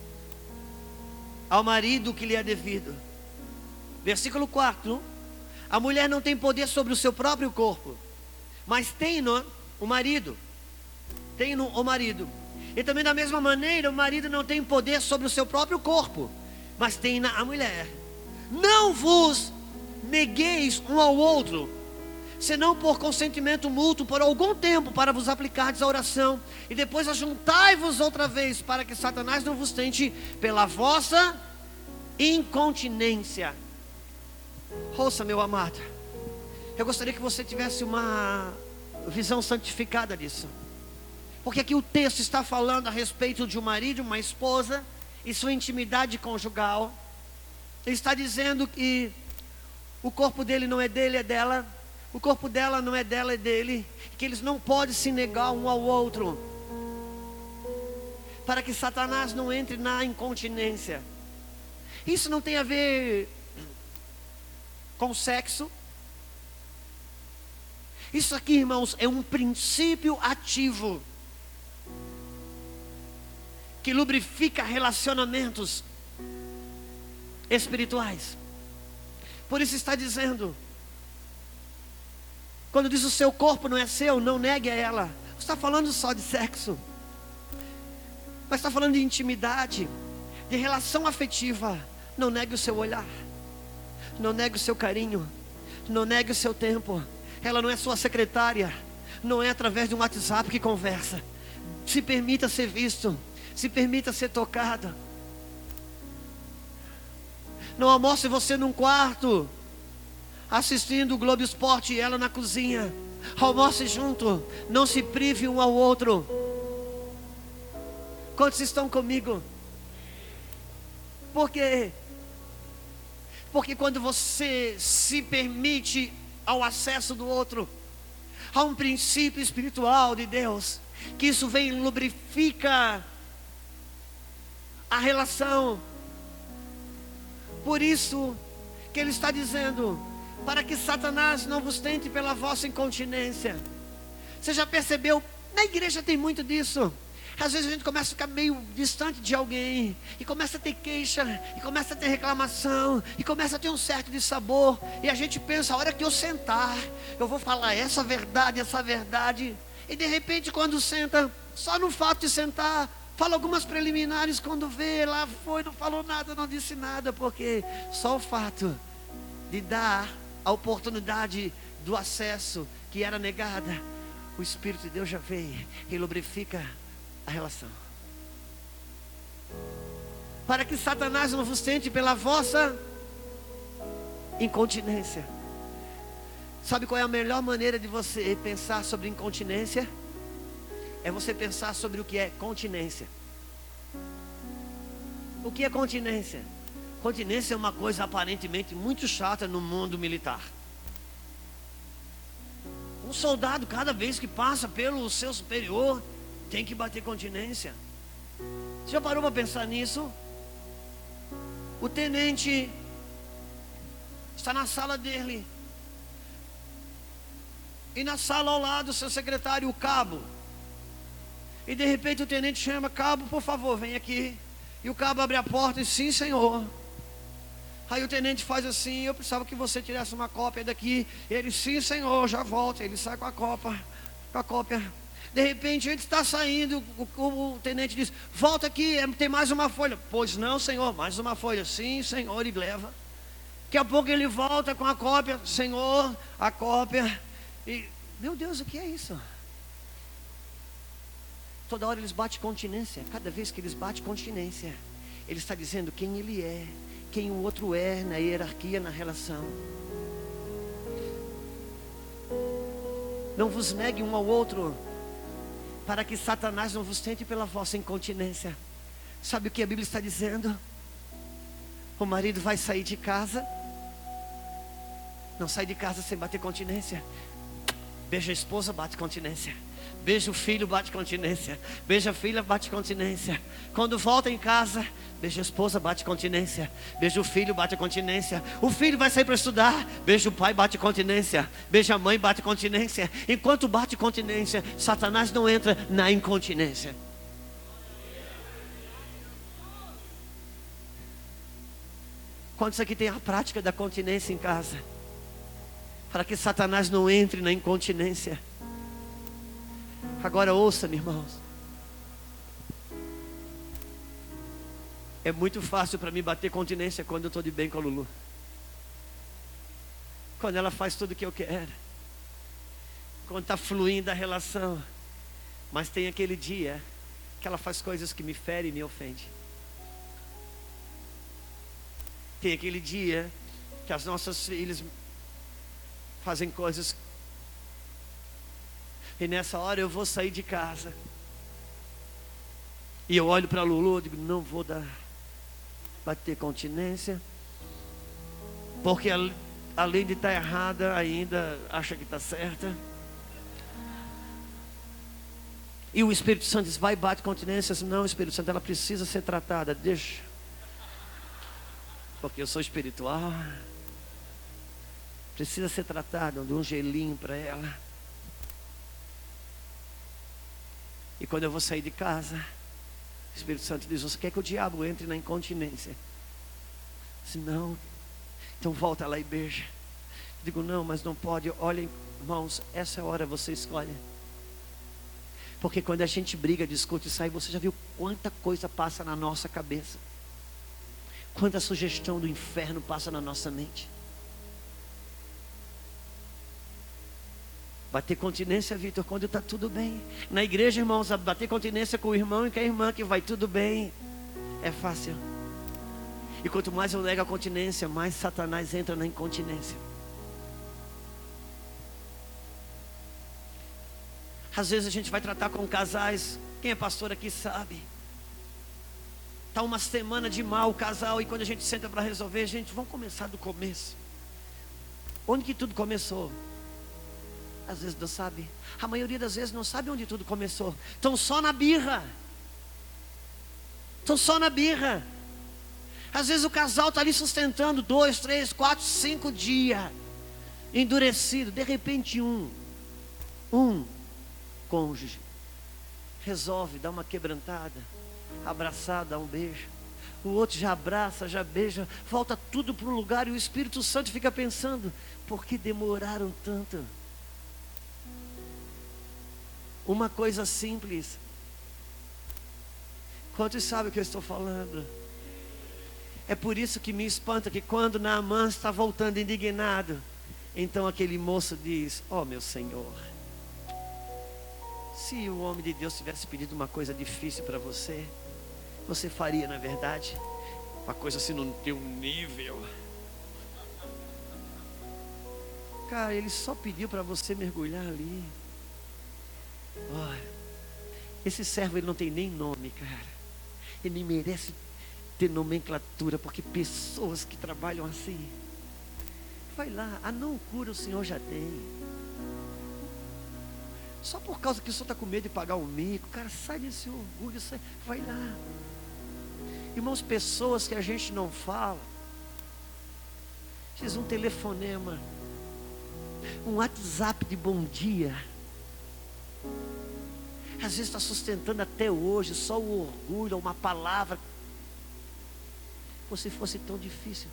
ao marido o que lhe é devido. Versículo quatro. A mulher não tem poder sobre o seu próprio corpo, mas tem-no o marido. Tem-no o marido. E também da mesma maneira, o marido não tem poder sobre o seu próprio corpo, mas tem-na a mulher. Não vos negueis um ao outro, senão por consentimento mútuo por algum tempo, para vos aplicardes a oração, e depois ajuntai-vos outra vez, para que Satanás não vos tente pela vossa incontinência. Ouça, meu amado, eu gostaria que você tivesse uma visão santificada disso, porque aqui o texto está falando a respeito de um marido, uma esposa e sua intimidade conjugal. Ele está dizendo que o corpo dele não é dele, é dela. O corpo dela não é dela, é dele. Que eles não podem se negar um ao outro, para que Satanás não entre na incontinência. Isso não tem a ver com sexo. Isso aqui, irmãos, é um princípio ativo que lubrifica relacionamentos espirituais. Por isso está dizendo, quando diz o seu corpo não é seu, não negue a ela. Não está falando só de sexo, mas está falando de intimidade, de relação afetiva. Não negue o seu olhar, não negue o seu carinho, não negue o seu tempo. Ela não é sua secretária. Não é através de um WhatsApp que conversa. Se permita ser visto. Se permita ser tocado. Não almoce você num quarto, assistindo o Globo Esporte e ela na cozinha. Almoce junto. Não se prive um ao outro. Quantos estão comigo? Por quê? Porque quando você se permite ao acesso do outro, há um princípio espiritual de Deus, que isso vem e lubrifica a relação. Por isso que ele está dizendo, para que Satanás não vos tente pela vossa incontinência. Você já percebeu? Na igreja tem muito disso. Às vezes a gente começa a ficar meio distante de alguém, e começa a ter queixa, e começa a ter reclamação, e começa a ter um certo dissabor, e a gente pensa, a hora que eu sentar, eu vou falar essa verdade, essa verdade. E de repente quando senta, só no fato de sentar, fala algumas preliminares, quando vê, lá foi, não falou nada, não disse nada. Porque só o fato de dar a oportunidade do acesso que era negada, o Espírito de Deus já veio e lubrifica a relação. Para que Satanás não vos tente pela vossa incontinência. Sabe qual é a melhor maneira de você pensar sobre incontinência? É você pensar sobre o que é continência. O que é continência? Continência é uma coisa aparentemente muito chata no mundo militar. Um soldado, cada vez que passa pelo seu superior, tem que bater continência. Você já parou para pensar nisso? O tenente está na sala dele, e na sala ao lado o seu secretário, o cabo. E de repente o tenente chama: cabo, por favor, vem aqui. E o cabo abre a porta e: sim, senhor. Aí o tenente faz assim: eu precisava que você tirasse uma cópia daqui. Ele: sim, senhor, já volta. Ele sai com a cópia, com a cópia. De repente ele está saindo, o, o, o tenente diz: volta aqui, tem mais uma folha. Pois não, senhor, mais uma folha. Sim, senhor, e leva. Daqui a pouco ele volta com a cópia. Senhor, a cópia. E, meu Deus, o que é isso? Toda hora eles batem continência. Cada vez que eles batem continência, ele está dizendo quem ele é, quem o outro é na hierarquia, na relação. Não vos negue um ao outro, para que Satanás não vos tente pela vossa incontinência. Sabe o que a Bíblia está dizendo? O marido vai sair de casa, não sai de casa sem bater continência. Beija a esposa, bate continência. Beija o filho, bate continência. Beija a filha, bate continência. Quando volta em casa, beija a esposa, bate continência. Beija o filho, bate continência. O filho vai sair para estudar, beija o pai, bate continência. Beija a mãe, bate continência. Enquanto bate continência, Satanás não entra na incontinência. Quantos aqui tem a prática da continência em casa? Para que Satanás não entre na incontinência. Agora ouça-me, irmãos. É muito fácil para mim bater continência quando eu estou de bem com a Lulu. Quando ela faz tudo o que eu quero. Quando está fluindo a relação. Mas tem aquele dia que ela faz coisas que me ferem e me ofendem. Tem aquele dia que as nossas filhas fazem coisas, e nessa hora eu vou sair de casa, e eu olho para a Lulu e digo: não vou dar, bater continência, porque além de estar errada, ainda acha que está certa. E o Espírito Santo diz: vai, bate continência. Não, Espírito Santo, ela precisa ser tratada, deixa, porque eu sou espiritual. Precisa ser tratada, de um gelinho para ela. E quando eu vou sair de casa, o Espírito Santo diz: você quer que o diabo entre na incontinência? Se não, então volta lá e beija. Eu digo: não, mas não pode. Olhem, irmãos, essa é a hora, você escolhe. Porque quando a gente briga, discute e sai, você já viu quanta coisa passa na nossa cabeça? Quanta sugestão do inferno passa na nossa mente? Bater continência, Vitor, quando está tudo bem. Na igreja, irmãos, bater continência com o irmão e com a irmã que vai tudo bem. É fácil. E quanto mais eu nego a continência, mais Satanás entra na incontinência. Às vezes a gente vai tratar com casais. Quem é pastor aqui sabe. Está uma semana de mal o casal. E quando a gente senta para resolver, gente, vamos começar do começo. Onde que tudo começou? Às vezes não sabe. A maioria das vezes não sabe onde tudo começou. Estão só na birra. Estão só na birra. Às vezes o casal está ali sustentando dois, três, quatro, cinco dias, endurecido. De repente um, um cônjuge resolve dar uma quebrantada, abraçar, dar um beijo. O outro já abraça, já beija, volta tudo para o lugar. E o Espírito Santo fica pensando: por que demoraram tanto? Uma coisa simples. Quantos sabem o que eu estou falando? É por isso que me espanta que quando Naamã está voltando indignado, então aquele moço diz: ó, meu Senhor, se o homem de Deus tivesse pedido uma coisa difícil para você, você faria, na verdade? Uma coisa assim no teu nível. Cara, ele só pediu para você mergulhar ali. Olha, esse servo, ele não tem nem nome, cara. Ele nem merece ter nomenclatura, porque pessoas que trabalham assim, vai lá, a não cura o Senhor já tem. Só por causa que o Senhor está com medo de pagar o mico, cara, sai desse orgulho, sai, vai lá. Irmãos, pessoas que a gente não fala, diz um telefonema, um WhatsApp de bom dia, às vezes está sustentando até hoje só o orgulho, uma palavra. Pô, se fosse tão difícil,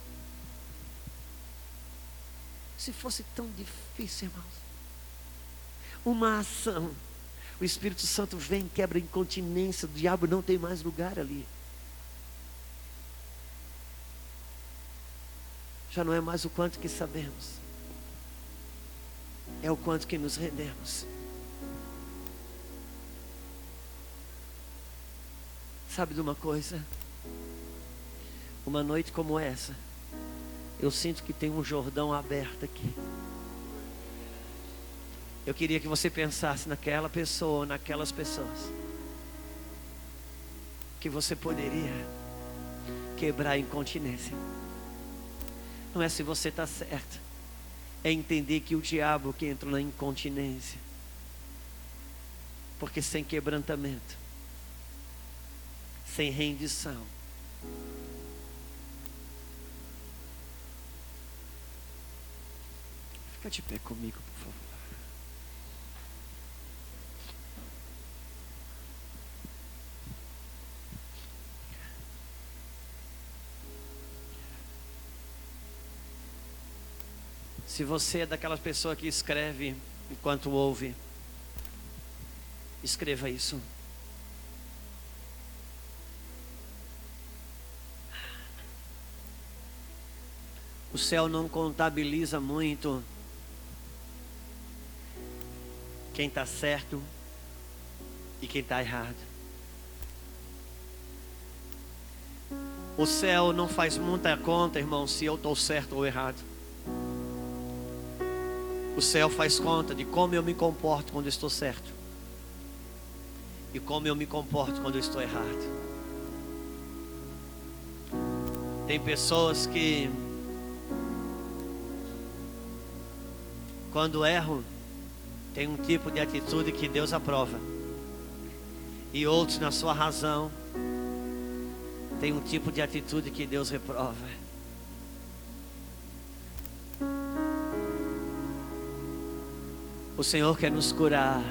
se fosse tão difícil, irmãos, uma ação, o Espírito Santo vem, quebra a incontinência, o diabo não tem mais lugar ali. Já não é mais o quanto que sabemos, é o quanto que nos rendemos. Sabe de uma coisa? Uma noite como essa, eu sinto que tem um Jordão aberto aqui. Eu queria que você pensasse naquela pessoa, naquelas pessoas, que você poderia quebrar a incontinência. Não é se você está certo, é entender que o diabo que entrou na incontinência, porque sem quebrantamento, sem rendição, fica de pé comigo, por favor. Se você é daquelas pessoas que escreve enquanto ouve, escreva isso. O céu não contabiliza muito quem está certo e quem está errado. O céu não faz muita conta, irmão, se eu estou certo ou errado. O céu faz conta de como eu me comporto quando eu estou certo e como eu me comporto quando eu estou errado. Tem pessoas que, quando erram, tem um tipo de atitude que Deus aprova, e outros, na sua razão, tem um tipo de atitude que Deus reprova. O Senhor quer nos curar.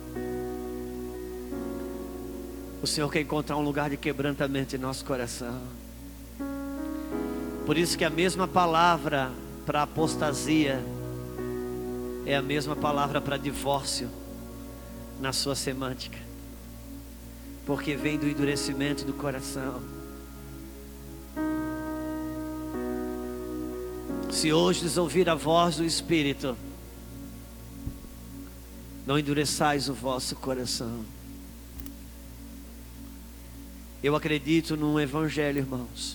O Senhor quer encontrar um lugar de quebrantamento em nosso coração. Por isso que a mesma palavra para apostasia é a mesma palavra para divórcio na sua semântica, porque vem do endurecimento do coração. Se hoje ouvir a voz do Espírito, Não endureçais o vosso coração. Eu acredito num evangelho, irmãos,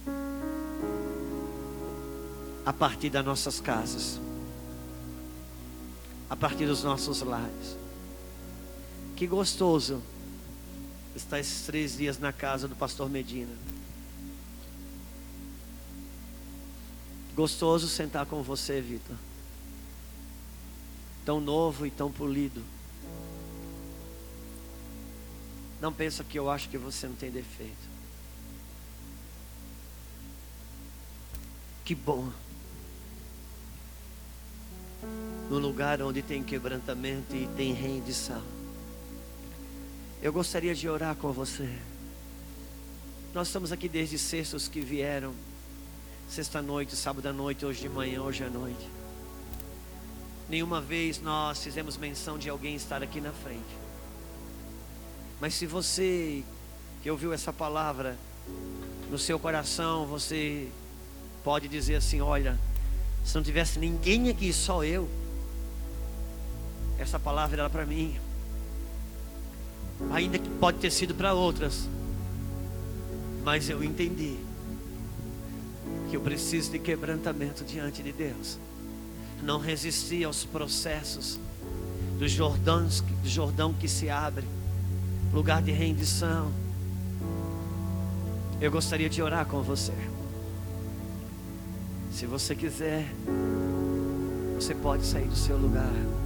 a partir das nossas casas, a partir dos nossos lares. Que gostoso estar esses três dias na casa do pastor Medina. Gostoso sentar com você, Vitor. Tão novo e tão polido. Não pensa que eu acho que você não tem defeito. Que bom. No lugar onde tem quebrantamento e tem rendição. Eu gostaria de orar com você. Nós estamos aqui desde sextos que vieram. Sexta-noite, sábado à noite, hoje de manhã, hoje à noite. Nenhuma vez nós fizemos menção de alguém estar aqui na frente. Mas se você que ouviu essa palavra no seu coração, você pode dizer assim: olha, se não tivesse ninguém aqui, só eu, essa palavra era para mim. Ainda que pode ter sido para outras, mas eu entendi que eu preciso de quebrantamento diante de Deus. Não resistir aos processos do Jordão, do Jordão que se abre, lugar de rendição. Eu gostaria de orar com você. Se você quiser, você pode sair do seu lugar.